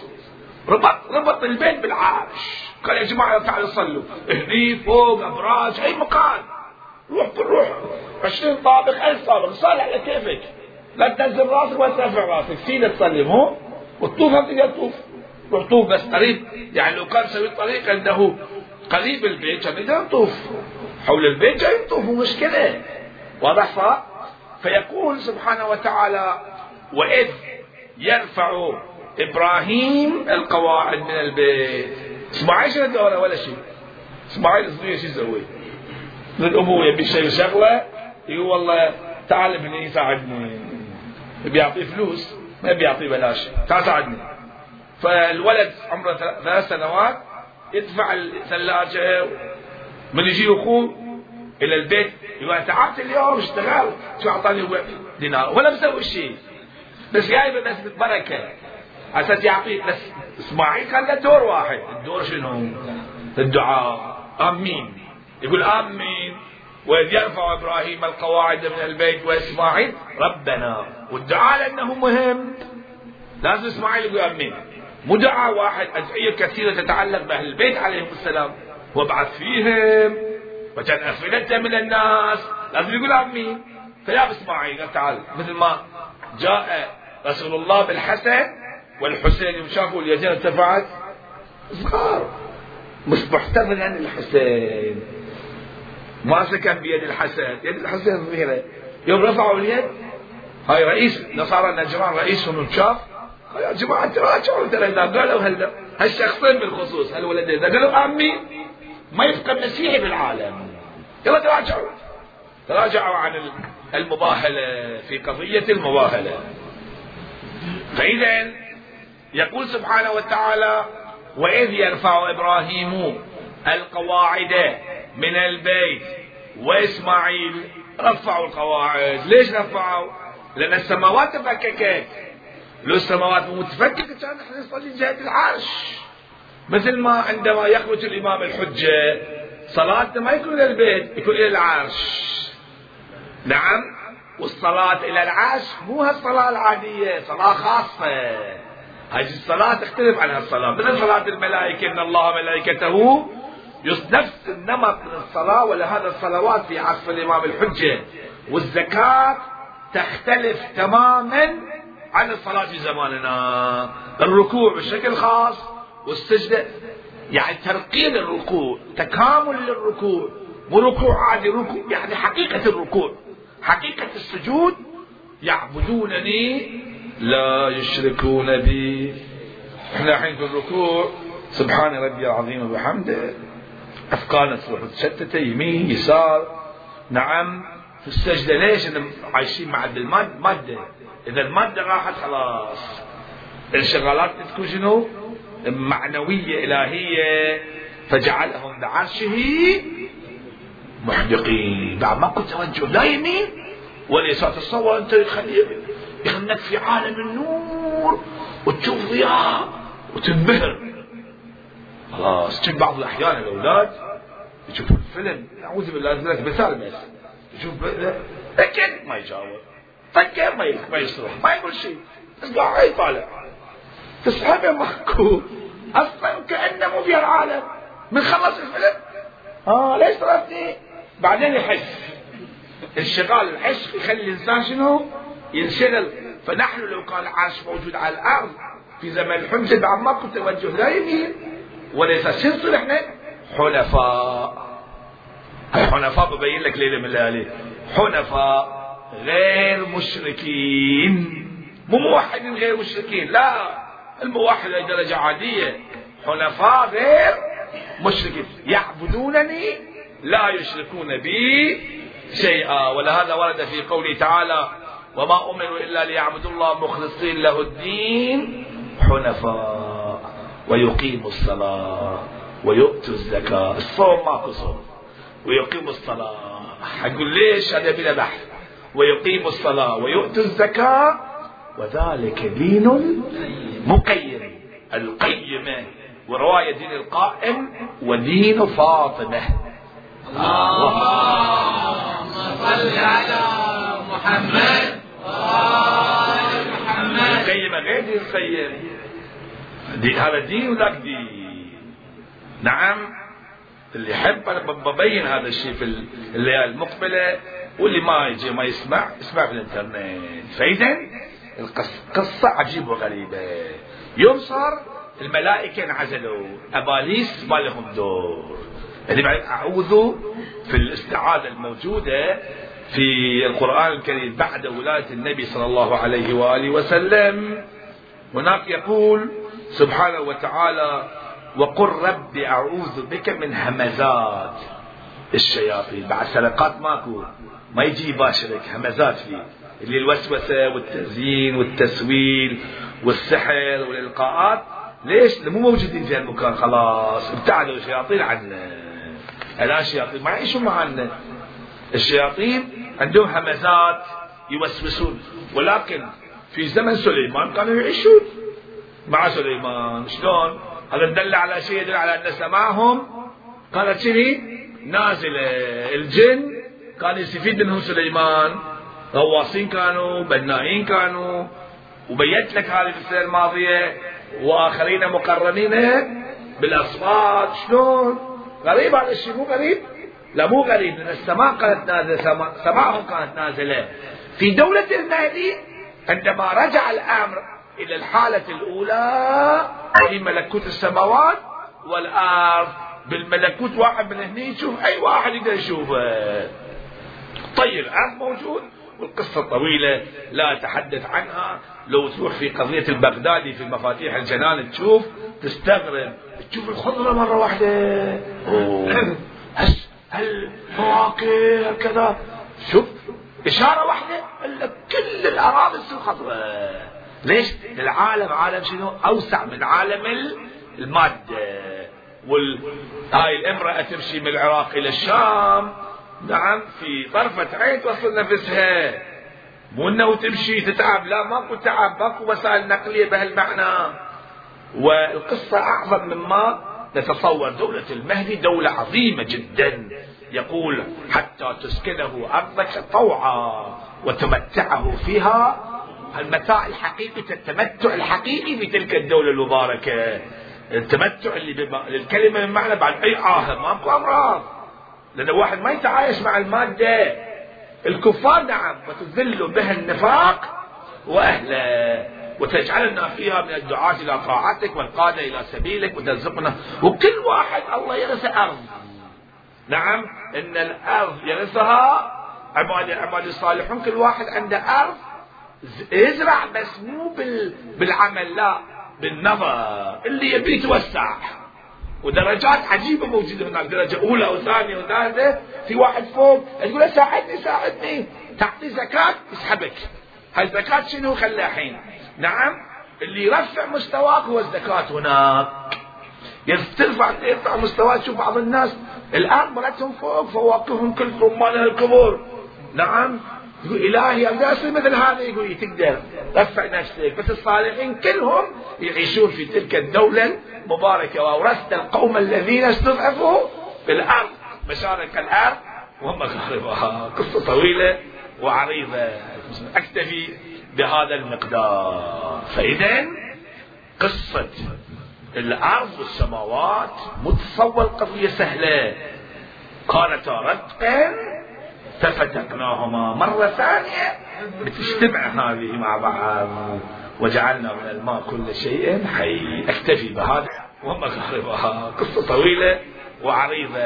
ربط البيت بالعرش، قال يا جماعه تعالوا صلوا هني فوق ابراج اي مكان، روح 20 طابق 1000 طابق، صلي على كيفك، لا تنزل راسك ولا ترفع راسك، فينا تصلي هون والطوف هم تقدر تطوف، روح طوف بس قريب، يعني لو كان سوي طريق عنده قريب البيت كان يقدر يطوف حول البيت، جاي يطوف مو مشكله، واضح صار؟ فيقول سبحانه وتعالى: وإذ يرفع إبراهيم القواعد من البيت. اسماعيل شنو دوره ولا شيء، اسماعيل صغير شو يسوي؟ من أبوه يبي شيء شغله، يقول والله تعال ابني ساعدني، بيعطيه فلوس ما بيعطيه بلاش، تعال ساعدني. فالولد عمره 3 سنوات يدفع الثلاجة، من يجي أخوه إلى البيت يقول تعبت اليوم اشتغل، شو أعطاني دينار ولا مسوي شيء، بس جايبه بس بالبركة أساس يعطيه. بس إسماعيل كان له دور واحد، الدور شنو؟ الدعاء، آمين، يقول آمين. وإذ يرفع إبراهيم القواعد من البيت وإسماعيل ربنا، والدعاء لأنه مهم لازم إسماعيل يقول آمين، مو دعاء واحد، أدعية كثيرة تتعلق بأهل البيت عليهم السلام، وابعث فيهم وكان أفئدة من الناس، لازم يقول آمين. فيا إسماعيل قال تعال، مثل ما جاء رسول الله بالحسن والحسين يوم شافوا اليدين ارتفعت صغار، مش محتمل عن الحسين، ما سكن بيد الحسن، يد الحسين صغيرة، يوم رفعوا اليد، هاي رئيس نصارى النجران رئيسهم شاف، يا جماعة تراجعوا، ترى إذا قالوا هالشخصين بالخصوص هالولدين إذا قالوا آمين ما يبقى مسيحي بالعالم، يلا تراجعوا عن المباهلة في قضية المباهلة. فإذا يقول سبحانه وتعالى: وإذ يرفع إبراهيم القواعد من البيت وإسماعيل. رفعوا القواعد، ليش رفعوا؟ لأن السماوات تفككت، لو السماوات متفككة كان نحن نصلي جهة العرش، مثل ما عندما يخرج الإمام الحجة صلاتنا ما يكون إلى البيت، يكون إلى العرش. نعم، والصلاة إلى العرش مو هالصلاة العادية، صلاة خاصة، هذه الصلاة تختلف عن هالصلاة، مثل صلاة الملائكة إن الله ملائكته نفس النمط من الصلاة، ولهذا الصلوات في عصر الإمام الحجة والزكاة تختلف تماما عن الصلاة في زماننا. الركوع بشكل خاص، والسجدة يعني ترقية الركوع، تكامل للركوع، مو ركوع عادي، ركوع يعني حقيقة الركوع، حقيقة السجود. يعبدونني لا يشركون بي. احنا الحين في الركوع سبحان ربي العظيم وبحمده، أفكارنا تروح تشتت يمين يسار. نعم، في السجدة ليش؟ عايشين مع المادة، إذا المادة راحت خلاص الانشغالات تكون شنو؟ معنوية إلهية، فجعلهم بعرشه محدقين. بعد ما كنت توجه لا يمين ولا يسار، تصور أنت يخليك في عالم النور وتشوف ضياء وتنبهر. خلاص تشوف بعض الأحيان الأولاد يشوفون الفيلم، أعوذ بالله من ذلك، مثال بس، يشوف فكر ما يجاوب، فكر ما يصرخ، ما يقول شيء، بس قاعد يطالع، تسحبه ماكو أصلا كأنه مو في العالم. من خلص الفيلم ليش طردني؟ بعدين يحس، انشغال الحس يخلي الإنسان شنو؟ ينشغل. فنحن لو كان العرش موجود على الأرض في زمن الحجة بعد ما كنت توجه لا يمين وليس شنصر، احنا حنفاء. الحنفاء ببين لك ليلة من الليالي، حنفاء غير مشركين. مو موحدين غير مشركين، لا، الموحد درجة عادية، حنفاء غير مشركين، يعبدونني لا يشركون بي شيئا. ولهذا ورد في قوله تعالى: وما أمروا إلا ليعبدوا الله مخلصين له الدين حنفاء ويقيموا الصلاة ويؤتوا الزكاة. الصوم ماكو صوم، ويقيموا الصلاة. حقول ليش؟ هذا بلا بحث. ويقيموا الصلاة ويؤتوا الزكاة وذلك دين مقيم، القيمة، ورواية دين القائم ودين فاطمة. اللهم صل على محمد وآل محمد. القيمة غير دين القيم، هذا دين وذاك دين. نعم، اللي يحب أنا ببين هذا الشيء في الليالي المقبلة، واللي ما يجي ما يسمع في الانترنت. فإذا القصة عجيبة وغريبة. يوم صار الملائكة انعزلوا، أباليس ما لهم دور. يعني أعوذ في الاستعاذة الموجودة في القرآن الكريم بعد ولادة النبي صلى الله عليه وآله وسلم، هناك يقول سبحانه وتعالى: وقل رب أعوذ بك من همزات الشياطين. بعد سرقات ماكو، ما يجي يباشرك، همزات فيه، اللي الوسوسة والتزيين والتسويل والسحر والإلقاءات. ليش؟ مو موجودين في المكان، خلاص ابتعدوا الشياطين عنا. الآن الشياطين ما يعيشوا معنا، الشياطين عندهم همزات يوسوسون. ولكن في زمن سليمان كانوا يعيشون مع سليمان. شلون؟ هذا دل على شيء، يدل على أن سماعهم كانت شنو؟ نازلة. الجن كان يستفيد منهم سليمان، غواصين كانوا، بنائين كانوا. وبيت لك هذه في السنة الماضية: وآخرين مقرنين بالأصوات. شلون؟ غريب هذا الشيء، مو غريب؟ لا مو غريب، لأن السماء كانت نازلة، سماعهم كانت نازلة. في دولة المهدي عندما رجع الأمر إلى الحالة الأولى في ملكوت السماوات والأرض، بالملكوت واحد من هنا يشوف أي واحد يقدر يشوفه. طي الأرض موجود، والقصة طويلة لا أتحدث عنها. لو تروح في قضية البغدادي في مفاتيح الجنان تشوف، تستغرب، تشوف الخضرة مرة واحدة، هالفواكه كذا، شوف إشارة واحدة إلا كل الأراضي تصير خضرة. ليش؟ العالم عالم شنو؟ أوسع من عالم المادة. هاي الامرأة تمشي من العراق إلى الشام، نعم، في طرفة عين توصل نفسها، مو انه تمشي تتعب، لا ماكو تعب، ماكو وسائل نقلية بهالمعنى. والقصة أعظم مما نتصور. دولة المهدي دولة عظيمة جدا، يقول: حتى تسكنه أرضك طوعا وتمتعه فيها. المتاع الحقيقي، التمتع الحقيقي في تلك الدولة المباركة، التمتع اللي للكلمة من معنى بعد أي عاهر، ماكو أمراض، لأن واحد ما يتعايش مع المادة. الكفار نعم، وتذل بها النفاق وأهله، وتجعلنا فيها من الدعاة إلى طاعتك والقادة إلى سبيلك وترزقنا. وكل واحد الله يرث أرض، نعم، إن الأرض يرثها عباد الصالحون. كل واحد عنده أرض يزرع، بس مو بالعمل، لا، بالنظر، اللي يبي يتوسع. ودرجات عجيبة موجودة هناك، درجة أولى وثانية وثالثة. في واحد فوق تقول له ساعدني، تعطي زكاة يسحبك. هاي الزكاة شنو؟ خلاحين. نعم، اللي يرفع مستواك هو الزكاة هناك. يرفع مستواك. تشوف بعض الناس الآن مالتهم فوق، فواكههم كل رمانها الكبور، نعم، يقول إلهي أبدأ أصير مثل هذا. يقول تقدر رفع نفسك. بس الصالحين كلهم يعيشون في تلك الدولة المباركة. وأورثنا القوم الذين استضعفوا في الأرض مشارق الأرض وهم مغاربها. قصة طويلة وعريضة، أكتفي بهذا المقدار. فإذا قصة الأرض والسماوات متصور قضية سهلة، كانتا رتقا ففتقناهما. مرة ثانية بتجتمع هذه مع بعض، وجعلنا من الماء كل شيء حي. أكتفي بهذا ومغاربها. قصة طويلة وعريضة،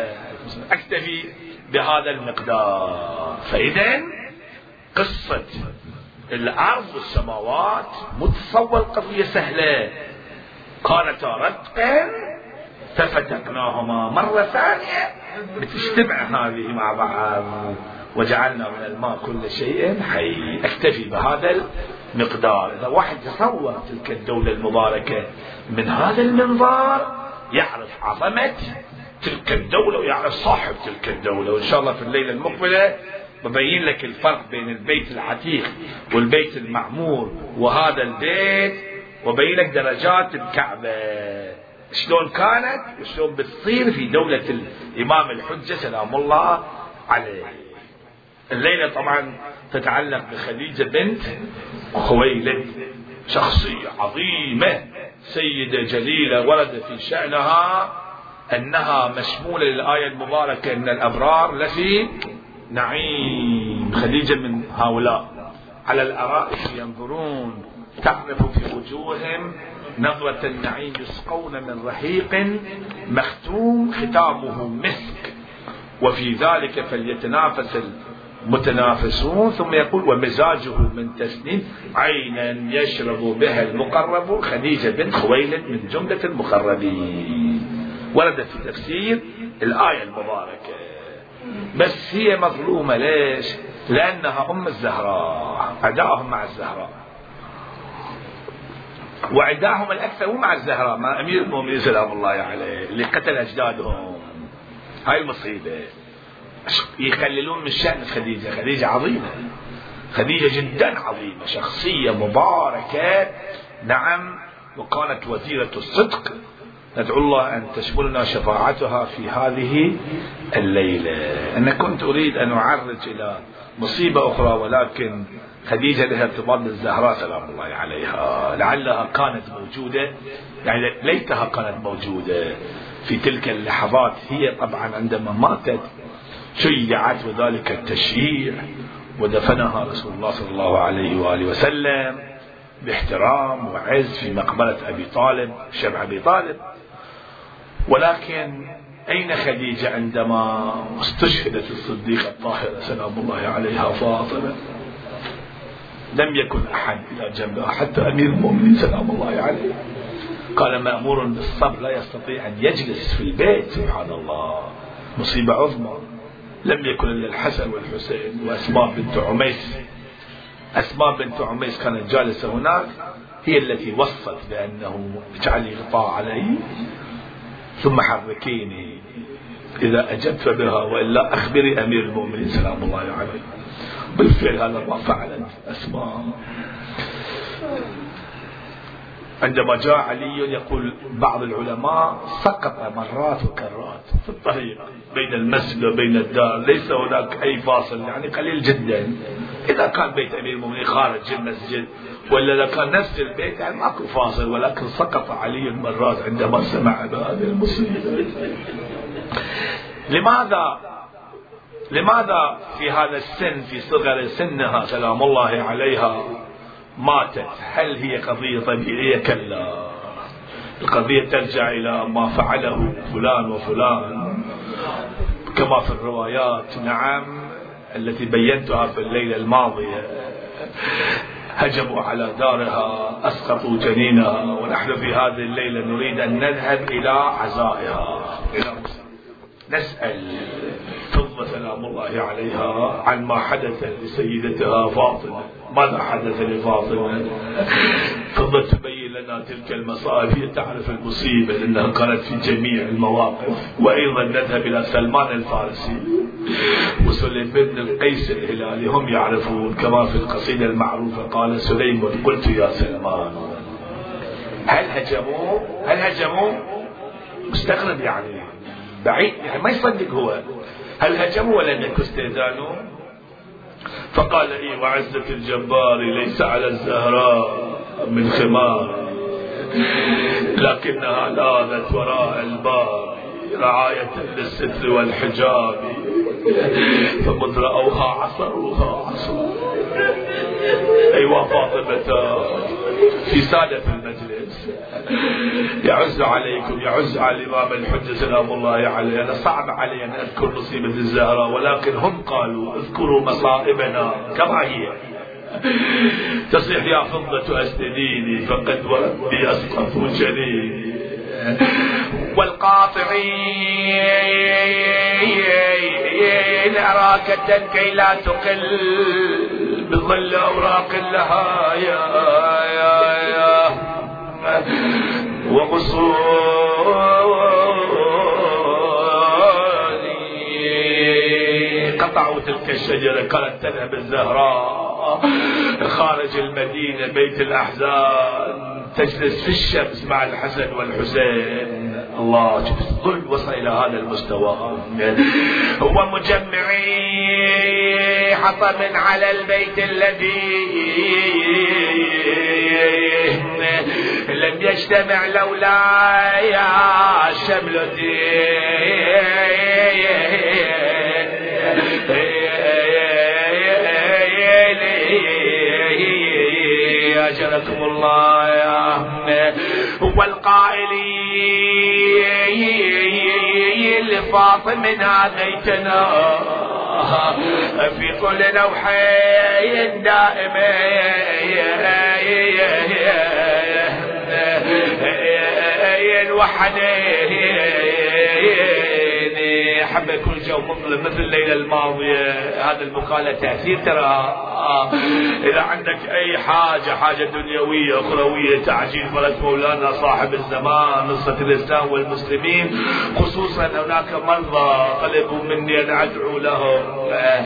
أكتفي بهذا المقدار. فإذا قصة الأرض والسماوات متصور قضية سهلة، كانتا رتقا ففتقناهما مرة ثانية بتجتمع هذه مع بعض وجعلنا من الماء كل شيء حي. اكتفي بهذا المقدار. إذا واحد تصور تلك الدولة المباركة من هذا المنظار يعرف عظمة تلك الدولة ويعرف صاحب تلك الدولة. وإن شاء الله في الليلة المقبلة ببين لك الفرق بين البيت العتيق والبيت المعمور وهذا البيت، وبين لك درجات الكعبة شلون كانت وشلون بتصير في دولة الإمام الحجة سلام الله عليه. الليلة طبعا تتعلق بخديجة بنت خويلد، شخصية عظيمة سيدة جليلة ورد في شأنها أنها مشمولة للآية المباركة إن الأبرار لفي نعيم. خديجة من هؤلاء على الأرائك ينظرون تعرف في وجوههم نظرة النعيم يسقون من رحيق مختوم ختامه مسك وفي ذلك فليتنافس المتنافسون. ثم يقول ومزاجه من تسنيم عينا يشرب بها المقرب. خديجة بنت خويلد من جملة المقربين ورد في تفسير الآية المباركة. بس هي مظلومة ليش؟ لأنها أم الزهراء، عداهم مع الزهراء وعداهم الأكثر مع الزهراء مع أمير المؤمنين سلام الله عليه اللي قتل أجدادهم. هاي المصيبة يخللون من شأن خديجة. خديجة عظيمة، خديجة جدا عظيمة، شخصية مباركة نعم، وكانت وزيرة الصدق. ندعو الله أن تشملنا شفاعتها في هذه الليلة. أنا كنت أريد أن أعرج إلى مصيبة أخرى ولكن خديجة لها ارتباط بالزهراء سلام الله عليها، لعلها كانت موجودة، يعني ليتها كانت موجودة في تلك اللحظات. هي طبعا عندما ماتت شيعت وذلك التشييع ودفنها رسول الله صلى الله عليه وآله وسلم باحترام وعز في مقبرة أبي طالب شبع أبي طالب. ولكن أين خديجة عندما استشهدت الصديقة الطاهرة سلام الله عليها فاطمة؟ لم يكن أحد إلى جنبها حتى أمير المؤمنين سلام الله عليه قال مأمور بالصبر لا يستطيع أن يجلس في البيت. سبحان الله، مصيبة عظمى. لم يكن إلا الحسن والحسين وأسماء بنت عميس. أسماء بنت عميس كانت جالسة هناك، هي التي وصت بأنه اجعلي غطاء علي ثم حركيني إذا أجبت فبها وإلا أخبري أمير المؤمنين سلام الله عليه. بالفعل هذا ما فعلت أسماء. عندما جاء علي يقول بعض العلماء سقط مرات وكرات في الطريق بين المسجد وبين الدار، ليس هناك أي فاصل، يعني قليل جدا. إذا كان بيت أمير المؤمنين خارج المسجد ولا إذا كان نفس البيت يعني ماكو فاصل، ولكن سقط علي مرات عندما سمع بهذه المصيبة. لماذا في هذا السن في صغر سنها سلام الله عليها ماتت؟ هل هي قضية طبيعية؟ كلا، القضية ترجع إلى ما فعله فلان وفلان كما في الروايات نعم التي بينتها في الليلة الماضية. هجموا على دارها، أسقطوا جنينها، ونحن في هذه الليلة نريد أن نذهب إلى عزائها، نسأل فضة سلام الله عليها عن ما حدث لسيدتها فاطمة. ماذا حدث لفاطمة؟ فضة تبين لنا تلك المصائب، هي تعرف المصيبة لأنها كانت في جميع المواقف. وأيضا نذهب إلى سلمان الفارسي وسليم بن القيس الهلالي، هم يعرفون كما في القصيدة المعروفة قال سليم قلت يا سلمان هل هجموا؟ مستغرب يعني بعيد، يعني ما يصدق هو. هل هجموا ولم يكن استئذانوا؟ فقال إيه وعزة الجبار ليس على الزهراء من خمار لكنها لاذت وراء الباب رعاية للستر والحجاب فمذ رأوها عصروها عصر. أيوة فاطمة في سادة المجلس يعز عليكم، يعز على الإمام الحجة سلام الله عليه. أنا صعب علي أن أذكر مصيبة الزهراء، ولكن هم قالوا اذكروا مصائبنا كما هي، تصيح يا فضة أسنديني فقد وربي أسقط جنيني والقاطعين أراكة كي لا تقل بظل أوراق اللهايا وغصوني قطعوا تلك الشجرة كانت تذهب الزهراء خارج المدينة بيت الأحزان تجلس في الشمس مع الحسن والحسين. الله، شوف الظلم وصل إلى هذا المستوى. هو مجمعي حطم على البيت الذي لم يجتمع لولا يا شملتي أجركم الله يا هو القائل لفاطمة ناديتنا في طول نوحي دائما وحنين حب يكون جو مظلم مثل الليلة الماضية. هذا المقالة تأثير ترى. إذا عندك أي حاجة دنيوية أخروية تعجيل فرج مولانا صاحب الزمان نصرة الإسلام والمسلمين، خصوصا هناك مرضى طلبوا مني أن أدعو لهم.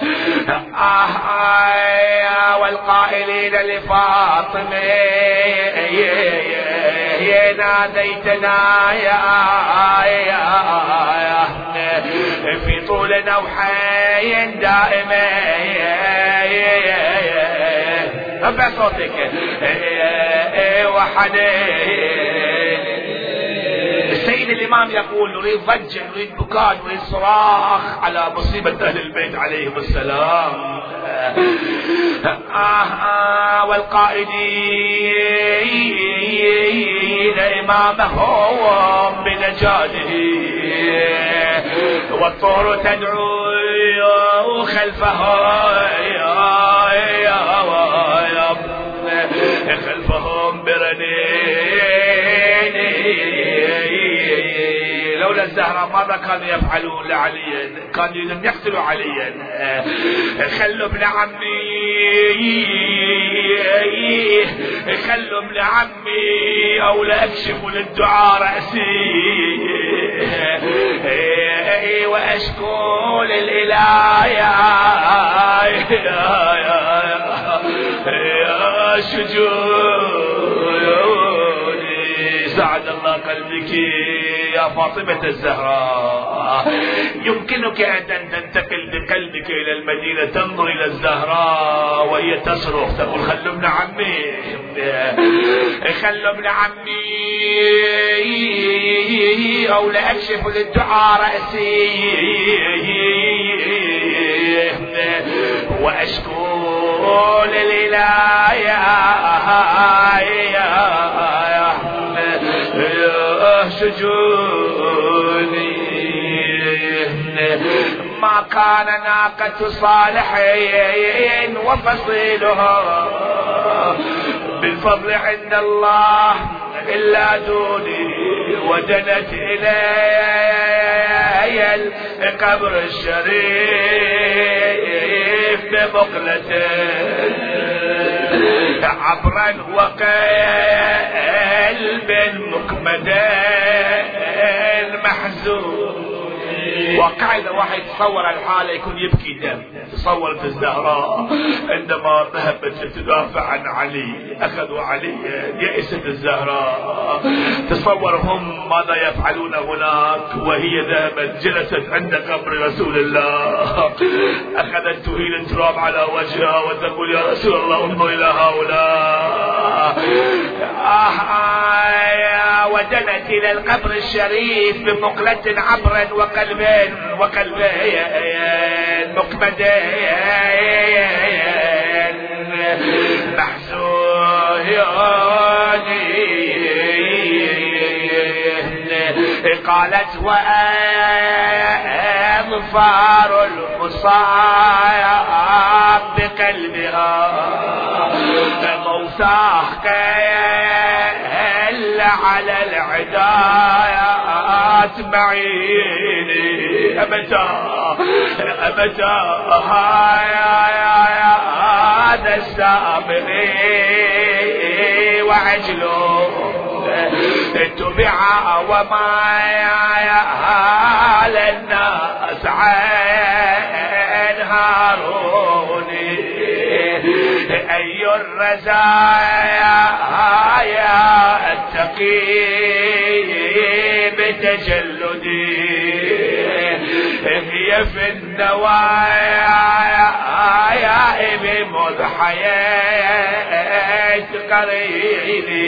والقائلين لفاطمة ناديتنا يا في طول نوحي دائما رفع صوتك وحنين. السيد الإمام يقول نريد ضجة، نريد بكاء، نريد صراخ على مصيبة أهل البيت عليهم السلام. والقائدين إمامهم بنجاده والطور تدعو خلفهم برنين. لولا الزهراء ماذا كانوا يفعلون لعلي؟ كانوا يقتلوا عليا. خلوا ابن عمي، خلوا ابن عمي او لا اكشفوا للدعاء رأسي واشكو للإله يا شجوني. سعد الله قلبك يا فاطمة الزهراء. يمكنك أن تنتقل بقلبك إلى المدينة تنظر إلى الزهراء وهي تصرخ تقول خلوا ابن عمي، خلوا ابن عمي أو لا أكشف للدعاء رأسي وأشكو للإله يا شجوني. ما كان ناقة صالحين وفصيلها بالفضل عند الله إلا دوني. ودنت إلي القبر الشريف بمقلته عبرا وقلب مكمدين محزون. واقع إذا واحد يتصور الحالة يكون يبكي دم. تصور في الزهراء عندما ذهبت تدافع عن علي أخذوا علي، يئست الزهراء. تصور هم ماذا يفعلون هناك وهي ذهبت جلست عند قبر رسول الله، أخذت تهيل التراب على وجهها وتقول يا رسول الله انظر إلى هؤلاء. ودنت إلى القبر الشريف بمقلة عبرا وقلبين مكمدين محزونين. قالت وأمر أغفار المصايب بقلبها غوثاك إلا على العدايات معيني أبدا أبدا هذا السامري وعجله تبع وما للناس عين هاروني أي الرزايا يا التقي بتجلدي هي في النوايا يا ابي مضحيات قريبي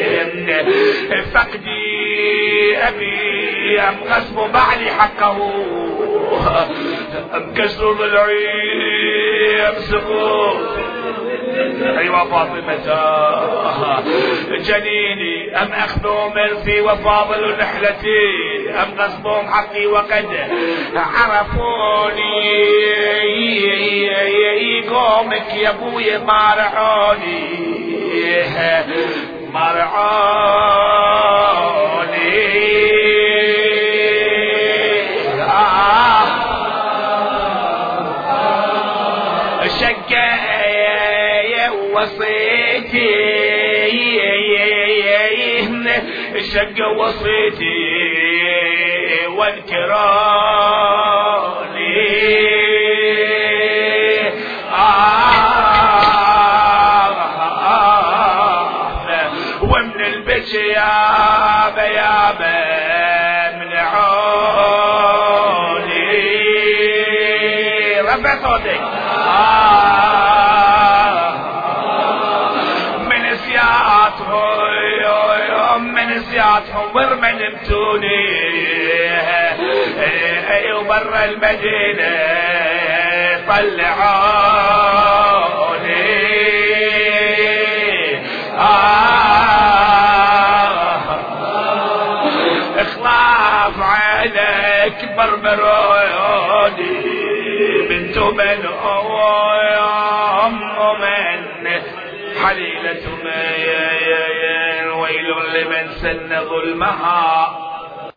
فقدي أبي أم غصب بعلي حقه أم كسر ضلعي أم سقوط أيوة فاطمة جنيني أم أخذوا مرثي وفاضل نحلتي أم غصبهم حقي وقد عرفوني قومك يا ابوي مارعوني شقايا وصيتي شق وصيتي وانكراني ومن البيت يابا يابا منعوني رفع صوتك من سياتهم ورمن امتوني وبر المدينة طلعوني اخلاف عليك برمروني بنت من من حليلة ويل لمن سن ظلمها